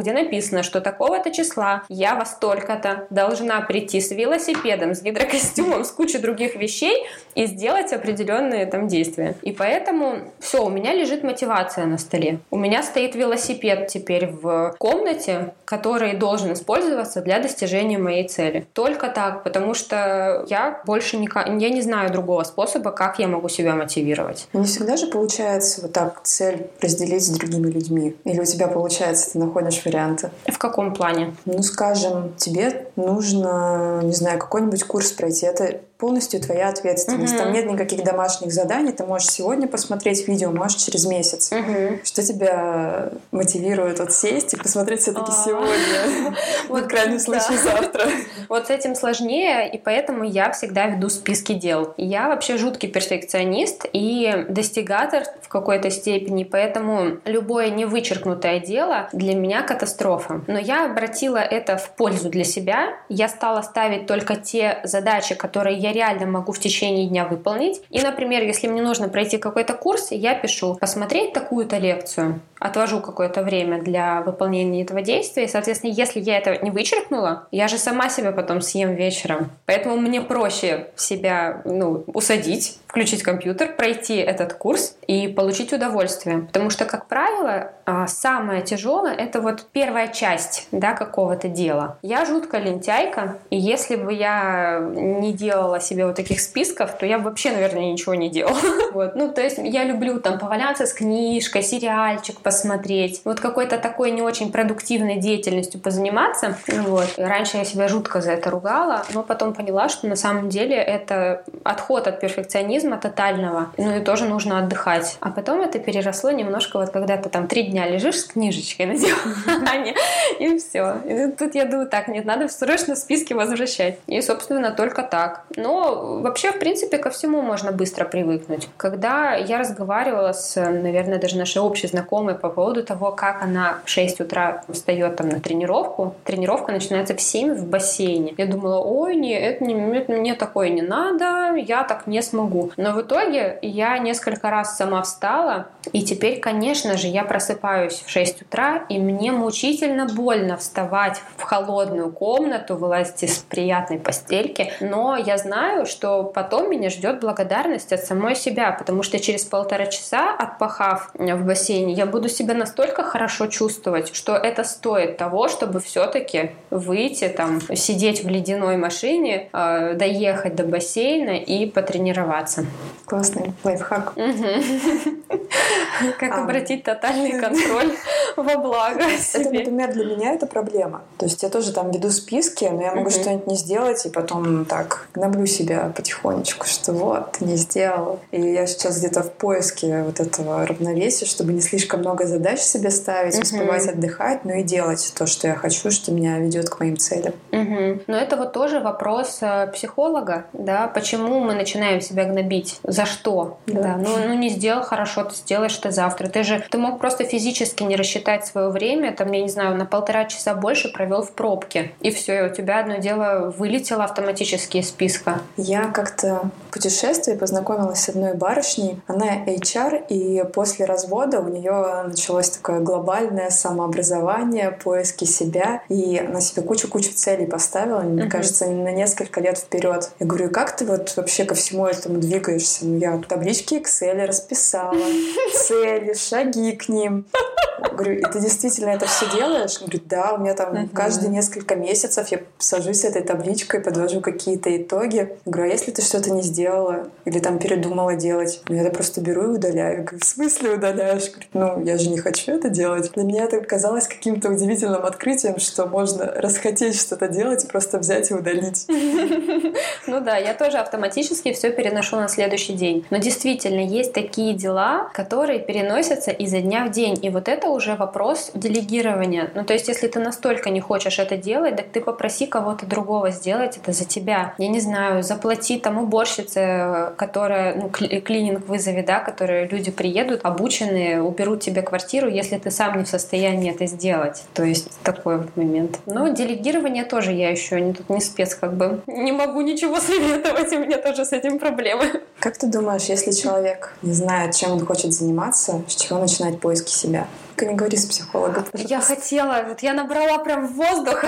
где написано, что такого-то числа я во столько-то должна прийти с велосипедом, с гидрокостюмом, с кучей других вещей и сделать определенные там действия. И поэтому все, у меня лежит мотивация на столе. У меня стоит велосипед теперь в комнате, который должен использоваться для достижения моей цели. Только так, потому что я больше я не знаю другого способа, как я могу себя мотивировать. Не всегда же получается вот так цель разделить с другими людьми? Или у тебя получается, ты находишь варианты? В каком плане? Ну, скажем, тебе нужно, не знаю, какой-нибудь курс пройти. Это полностью твоя ответственность. Там нет никаких домашних заданий. Ты можешь сегодня посмотреть видео, можешь через месяц. Что тебя мотивирует вот сесть и посмотреть все-таки сегодня? В крайнем случае завтра. Вот с этим сложнее, и поэтому я всегда веду списки дел. Я вообще жуткий перфекционист и достигатор в какой-то степени, поэтому любое невычеркнутое дело для меня катастрофа. Но я обратила это в пользу для себя. Я стала ставить только те задачи, которые я реально могу в течение дня выполнить. И, например, если мне нужно пройти какой-то курс, я пишу посмотреть такую-то лекцию, отвожу какое-то время для выполнения этого действия. И, соответственно, если я это не вычеркнула, я же сама себя потом съем вечером. Поэтому мне проще себя усадить, включить компьютер, пройти этот курс и получить удовольствие. Потому что, как правило, самое тяжелое — это вот первая часть, какого-то дела. Я жутко лентяйка, и если бы я не делала себе вот таких списков, то я бы вообще, наверное, ничего не делала. То есть я люблю там поваляться с книжкой, сериальчик посмотреть, вот какой-то такой не очень продуктивной деятельностью позаниматься. Раньше я себя жутко за это ругала, но потом поняла, что на самом деле это отход от перфекционизма тотального, и тоже нужно отдыхать. А потом это переросло немножко, когда ты там 3 дня лежишь с книжечкой на диване, и все. И тут я думаю, так, нет, надо срочно списки возвращать. И, собственно, только так. Но вообще, в принципе, ко всему можно быстро привыкнуть. Когда я разговаривала с, наверное, даже нашей общей знакомой по поводу того, как она в 6 утра встает там на тренировку, тренировка начинается в 7 в бассейне. Я думала, ой, нет, мне такое не надо, я так не смогу. Но в итоге я несколько раз сама встала, и теперь, конечно же, я просыпаюсь в 6 утра, и мне мучительно больно вставать в холодную комнату, вылазить из приятной постельки, но я знаю, что потом меня ждет благодарность от самой себя, потому что через 1,5 часа, отпахав в бассейне, я буду себя настолько хорошо чувствовать, что это стоит того, чтобы все-таки выйти, там, сидеть в ледяной машине, доехать до бассейна и потренироваться. Классный лайфхак. Как обратить тотальный контроль во благо себе. Это, например, для меня это проблема. То есть я тоже там веду списки, но я могу что-нибудь не сделать, и потом так гноблю себя потихонечку, что вот, ты не сделал. И я сейчас где-то в поиске вот этого равновесия, чтобы не слишком много задач себе ставить, успевать отдыхать, но и делать то, что я хочу, что меня ведет к моим целям. Но это вот тоже вопрос психолога, почему мы начинаем себя гнобить, за что? Не сделал хорошо, ты сделаешь это завтра. Ты мог просто физически не рассчитать свое время, там, я не знаю, на 1,5 часа больше провел в пробке, и все, и у тебя одно дело вылетело автоматически из списка. Я как-то в путешествии познакомилась с одной барышней. Она HR, и после развода у нее началось такое глобальное самообразование, поиски себя, и она себе кучу-кучу целей поставила, мне кажется, на несколько лет вперед. Я говорю, как ты вот вообще ко всему этому двигаешься? Я таблички Excel расписала, цели, шаги к ним. Говорю, и ты действительно это все делаешь? Говорю, да, у меня там каждые несколько месяцев я сажусь с этой табличкой, подвожу какие-то итоги. Говорю, а если ты что-то не сделала или там передумала делать? Я это просто беру и удаляю. Я говорю, в смысле удаляешь? Говорит, я же не хочу это делать. Для меня это казалось каким-то удивительным открытием, что можно расхотеть что-то делать и просто взять и удалить. Я тоже автоматически все переношу на следующий день. Но действительно, есть такие дела, которые переносятся изо дня в день. И вот это уже вопрос делегирования. То есть, если ты настолько не хочешь это делать, так ты попроси кого-то другого сделать это за тебя. Я не знаю, заплати там уборщице, которая, клининг вызови, которые люди приедут, обученные, уберут тебе квартиру, если ты сам не в состоянии это сделать. То есть, такой вот момент. Но делегирование тоже я еще не спец, не могу ничего советовать, у меня тоже с этим проблемы. Как ты думаешь, если человек не знает, чем он хочет заниматься, с чего начинать поиски себя? только не говори с психологом, пожалуйста. Я хотела, вот я набрала прям воздух.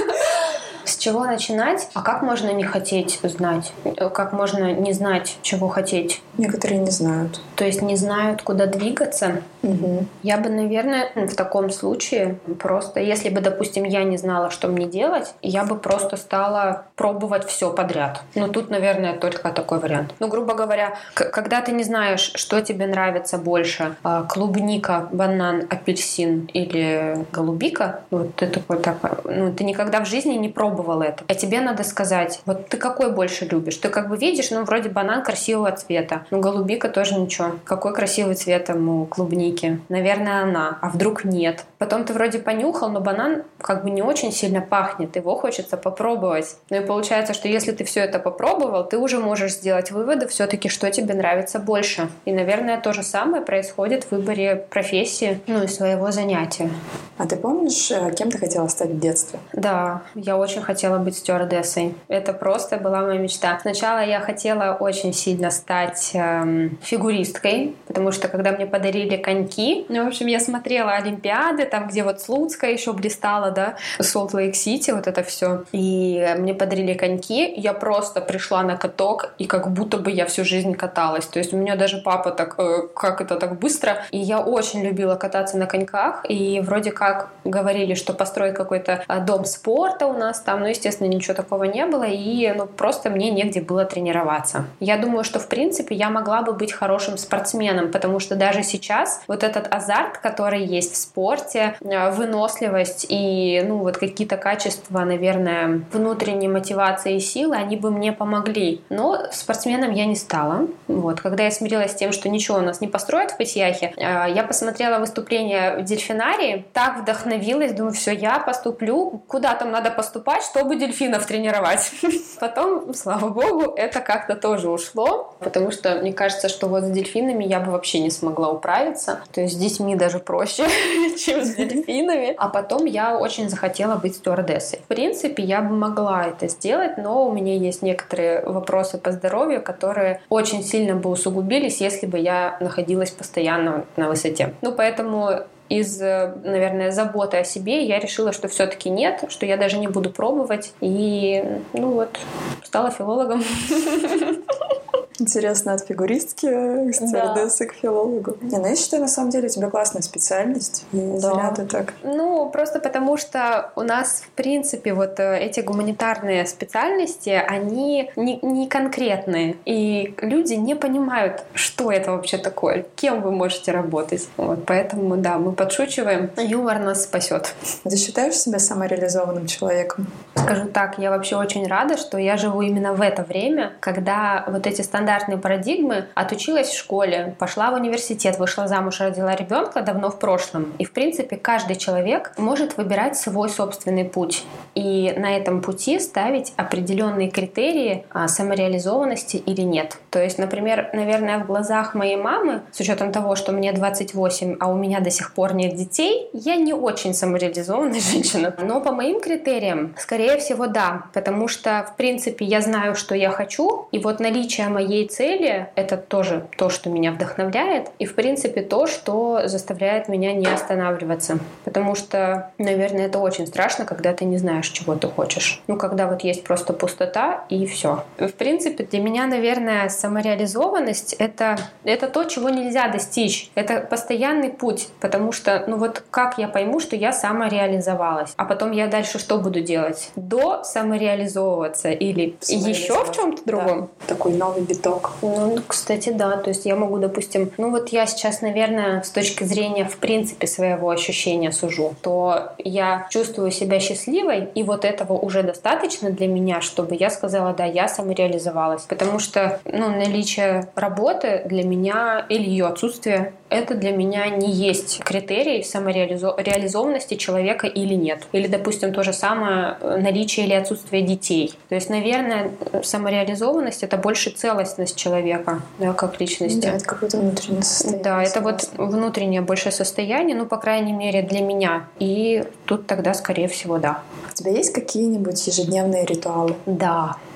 С чего начинать? А как можно не хотеть знать? Как можно не знать, чего хотеть? Некоторые не знают. То есть не знают, куда двигаться? Угу. Я бы, наверное, в таком случае просто, если бы, допустим, я не знала, что мне делать, я бы просто стала пробовать все подряд. Ну, тут, наверное, только такой вариант. Ну, грубо говоря, когда ты не знаешь, что тебе нравится больше, клубника, банан, апельсин или голубика, вот ты такой, ну, ты никогда в жизни не пробовал это. А тебе надо сказать, вот ты какой больше любишь? Ты как бы видишь, ну, вроде банан красивого цвета, ну, голубика тоже ничего. Какой красивый цвет там у клубники? Наверное, она. А вдруг нет? Потом ты вроде понюхал, но банан как бы не очень сильно пахнет, его хочется попробовать. Ну и получается, что если ты все это попробовал, ты уже можешь сделать выводы все-таки, что тебе нравится больше. И, наверное, то же самое происходит в выборе профессии, ну и своего занятия. А ты помнишь, кем ты хотела стать в детстве? Да, я очень хотела быть стюардессой. Это просто была моя мечта. Сначала я хотела очень сильно стать фигуристкой, потому что когда мне подарили коньки, ну, в общем, я смотрела олимпиады, там, где вот Слуцкая еще блистала, да, Солт-Лейк-Сити, вот это все. И мне подарили коньки, я просто пришла на каток, и как будто бы я всю жизнь каталась. То есть у меня даже папа так, как это так быстро? И я очень любила кататься на коньках, и вроде как говорили, что построить какой-то дом спорта у нас там, ну, естественно, ничего такого не было, и, ну, просто мне негде было тренироваться. Я думаю, что, в принципе, я могла бы быть хорошим спортсменом, потому что даже сейчас вот этот азарт, который есть в спорте, выносливость и, ну, вот какие-то качества, наверное, внутренней мотивации и силы, они бы мне помогли. Но спортсменом я не стала. Вот. Когда я смирилась с тем, что ничего у нас не построят в Пытьяхе, я посмотрела выступление в дельфинарии, так вдохновилась, думаю, все, я поступлю, куда там надо поступать, чтобы дельфинов тренировать. Потом, слава богу, это как-то тоже ушло, потому что мне кажется, что вот с дельфинами я бы вообще не смогла управиться. То есть с детьми даже проще, чем с дельфинами. А потом я очень захотела быть стюардессой. В принципе, я бы могла это сделать, но у меня есть некоторые вопросы по здоровью, которые очень сильно бы усугубились, если бы я находилась постоянно на высоте. Ну, поэтому из, наверное, заботы о себе я решила, что все-таки нет, что я даже не буду пробовать. И, ну вот, стала филологом. Интересно, от фигуристки, стюардессы к филологу. Не, ну я считаю, на самом деле у тебя классная специальность. И зря ты так. Ну, просто потому что у нас, в принципе, вот эти гуманитарные специальности, они не конкретные. И люди не понимают, что это вообще такое, кем вы можете работать. Вот, поэтому, да, мы подшучиваем. Юмор нас спасет. Ты считаешь себя самореализованным человеком? Скажу так, я вообще очень рада, что я живу именно в это время, когда вот эти стандартные парадигмы: отучилась в школе, пошла в университет, вышла замуж, родила ребенка, давно в прошлом. И, в принципе, каждый человек может выбирать свой собственный путь. И на этом пути ставить определенные критерии самореализованности или нет. То есть, например, наверное, в глазах моей мамы, с учетом того, что мне 28, а у меня до сих пор нет детей, я не очень самореализованная женщина. Но по моим критериям, скорее всего, да. Потому что, в принципе, я знаю, что я хочу, и вот наличие моей цели — это тоже то, что меня вдохновляет, и, в принципе, то, что заставляет меня не останавливаться. Потому что, наверное, это очень страшно, когда ты не знаешь, чего ты хочешь. Ну, когда вот есть просто пустота, и все. В принципе, для меня, наверное, самореализованность — это то, чего нельзя достичь. Это постоянный путь, потому что, ну вот как я пойму, что я самореализовалась, а потом я дальше что буду делать? Самореализовываться или еще в чем-то другом? Да, такой новый виток. Ну, кстати, да. То есть я могу, допустим, ну вот я сейчас, наверное, с точки зрения, в принципе, своего ощущения сужу, то я чувствую себя счастливой, и вот этого уже достаточно для меня, чтобы я сказала, да, я самореализовалась. Потому что, ну, наличие работы для меня или ее отсутствие, это для меня не есть критерий самореализованности человека или нет. Или, допустим, то же самое наличие или отсутствие детей. То есть, наверное, самореализованность — это больше целостность человека, да, как личности. Да, это какое-то внутреннее состояние. Да, это вот внутреннее больше состояние, ну, по крайней мере, для меня. И тут тогда, скорее всего, да. У тебя есть какие-нибудь ежедневные ритуалы? Да.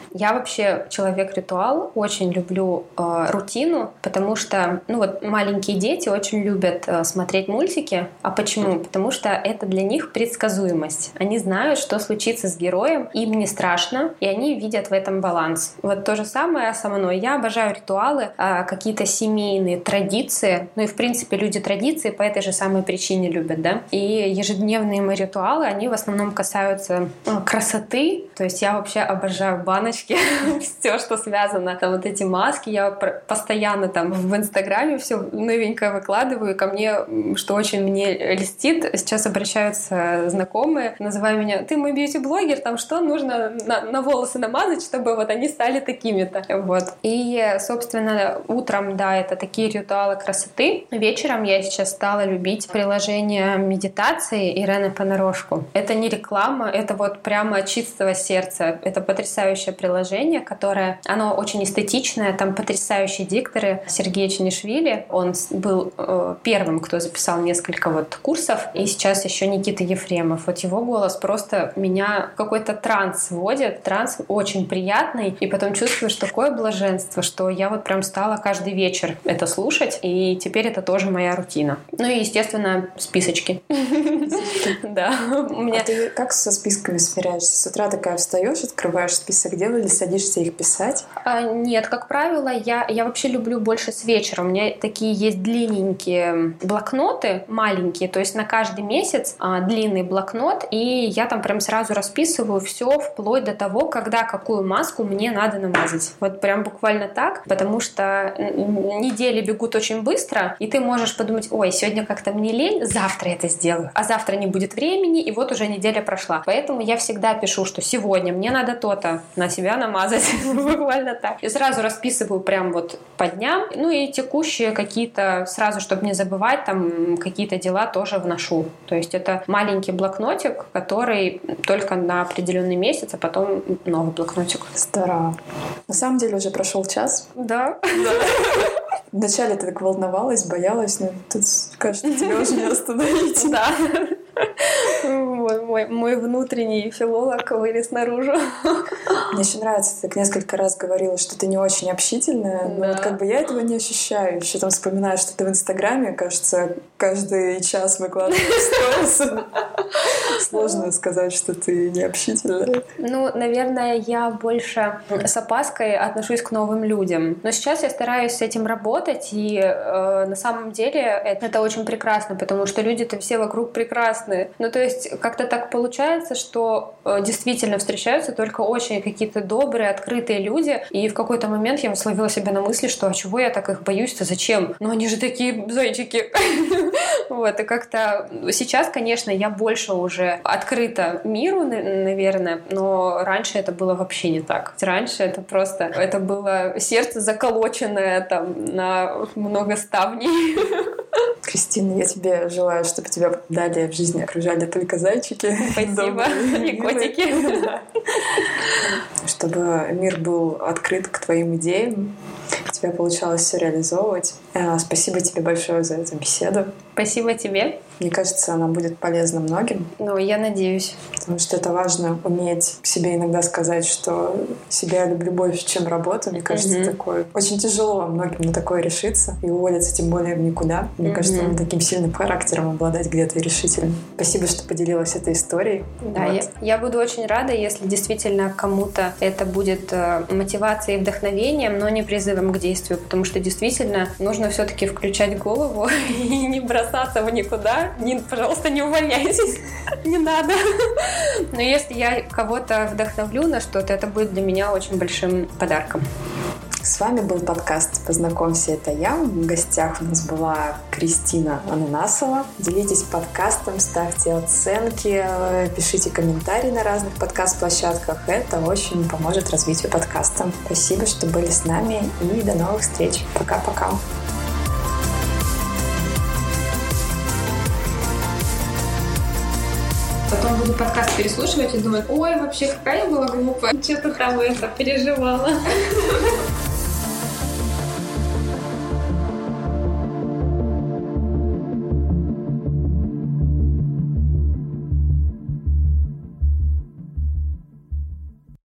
Я вообще человек-ритуал, очень люблю рутину, потому что, маленькие дети очень любят смотреть мультики. А почему? Потому что это для них предсказуемость. Они знают, что случится с героем, им не страшно, и они видят в этом баланс. Вот то же самое со мной. Я обожаю ритуалы, какие-то семейные традиции. И, в принципе, люди традиции по этой же самой причине любят, да? И ежедневные мои ритуалы, они в основном касаются красоты. То есть я вообще обожаю баночки, все, что связано. Там вот эти маски, я постоянно там в Инстаграме все новенькое выкладываю. И ко мне, что очень мне льстит, сейчас обращаются знакомые, называя меня: ты мой бьюти-блогер, там что нужно на волосы намазать, чтобы вот они стали такими-то. Вот. И, собственно, утром, да, это такие ритуалы красоты. Вечером я сейчас стала любить приложение медитации Ирены Понарошку. Это не реклама, это вот прямо от чистого сердца. Это потрясающее приложение, которое, оно очень эстетичное, там потрясающие дикторы. Сергей Чанишвили, он был первым, кто записал несколько вот курсов, и сейчас еще Никита Ефремов. Вот его голос просто меня в какой-то транс вводит. Транс очень приятный, и потом чувствуешь такое блаженство, что я вот прям стала каждый вечер это слушать, и теперь это тоже моя рутина. И, естественно, списочки. Да. А ты как со списками сверяешься? С утра такая встаешь, открываешь список дел или садишься их писать? Нет, как правило, я вообще люблю больше с вечера. У меня такие есть длинненькие блокноты, маленькие, то есть на каждый месяц длинный блокнот, и я там прям сразу расписываю все вплоть до того, когда какую маску мне надо намазать. Вот прям буквально так, потому что недели бегут очень быстро, и ты можешь подумать: ой, сегодня как-то мне лень, завтра это сделаю, а завтра не будет времени, и вот уже неделя прошла. Поэтому я всегда пишу, что сегодня мне надо то-то на себя намазать, буквально так. И сразу расписываю прям вот по дням, и текущие какие-то, сразу, чтобы не забывать, там какие-то дела тоже вношу. То есть это маленький блокнотик, который только на определенный месяц, а потом новый блокнотик. Здорово. На самом деле уже прошел час. Да. Вначале ты так волновалась, боялась, но тут, кажется, тебя уже не остановить. Да. Мой внутренний филолог вылез наружу. Мне еще нравится, ты так несколько раз говорила, что ты не очень общительная, но вот как бы я этого не ощущаю. Еще там вспоминаю, что ты в Инстаграме, кажется, каждый час выкладываешь сторисы. Сложно сказать, что ты не общительная. Наверное, я больше с опаской отношусь к новым людям. Но сейчас я стараюсь с этим работать, и на самом деле это очень прекрасно, потому что люди-то все вокруг прекрасные. То есть как-то так получается, что действительно встречаются только очень какие-то добрые, открытые люди, и в какой-то момент я словила себя на мысли, что чего я так их боюсь-то, зачем? Они же такие зайчики. Вот, и как-то сейчас, конечно, я больше уже открыта миру, наверное, но раньше это было вообще не так. Раньше это было сердце заколоченное там на много ставней. Кристина, я тебе желаю, чтобы тебя далее в жизни окружали только зайчики. Спасибо. И котики. Чтобы мир был открыт к твоим идеям, у тебя получалось все реализовывать. Спасибо тебе большое за эту беседу. Спасибо тебе. Мне кажется, она будет полезна многим. Я надеюсь. Потому что это важно уметь себе иногда сказать, что себя я люблю больше, чем работу. Мне кажется, такое очень тяжело многим на такое решиться и уволиться тем более в никуда. Мне кажется, надо таким сильным характером обладать где-то и решительным. Спасибо, что поделилась этой историей. Да, я буду очень рада, если действительно кому-то это будет мотивацией и вдохновением, но не призывом к действию, потому что действительно нужно все-таки включать голову и не бросаться в никуда. Пожалуйста, не увольняйтесь. Не надо. Но если я кого-то вдохновлю на что-то, это будет для меня очень большим подарком. С вами был подкаст «Познакомься, это я». В гостях у нас была Кристина Ананасова. Делитесь подкастом, ставьте оценки, пишите комментарии на разных подкаст-площадках. Это очень поможет развитию подкаста. Спасибо, что были с нами, и до новых встреч. Пока-пока. Потом буду подкаст переслушивать и думать: ой, вообще какая я была глупая, что-то там переживала.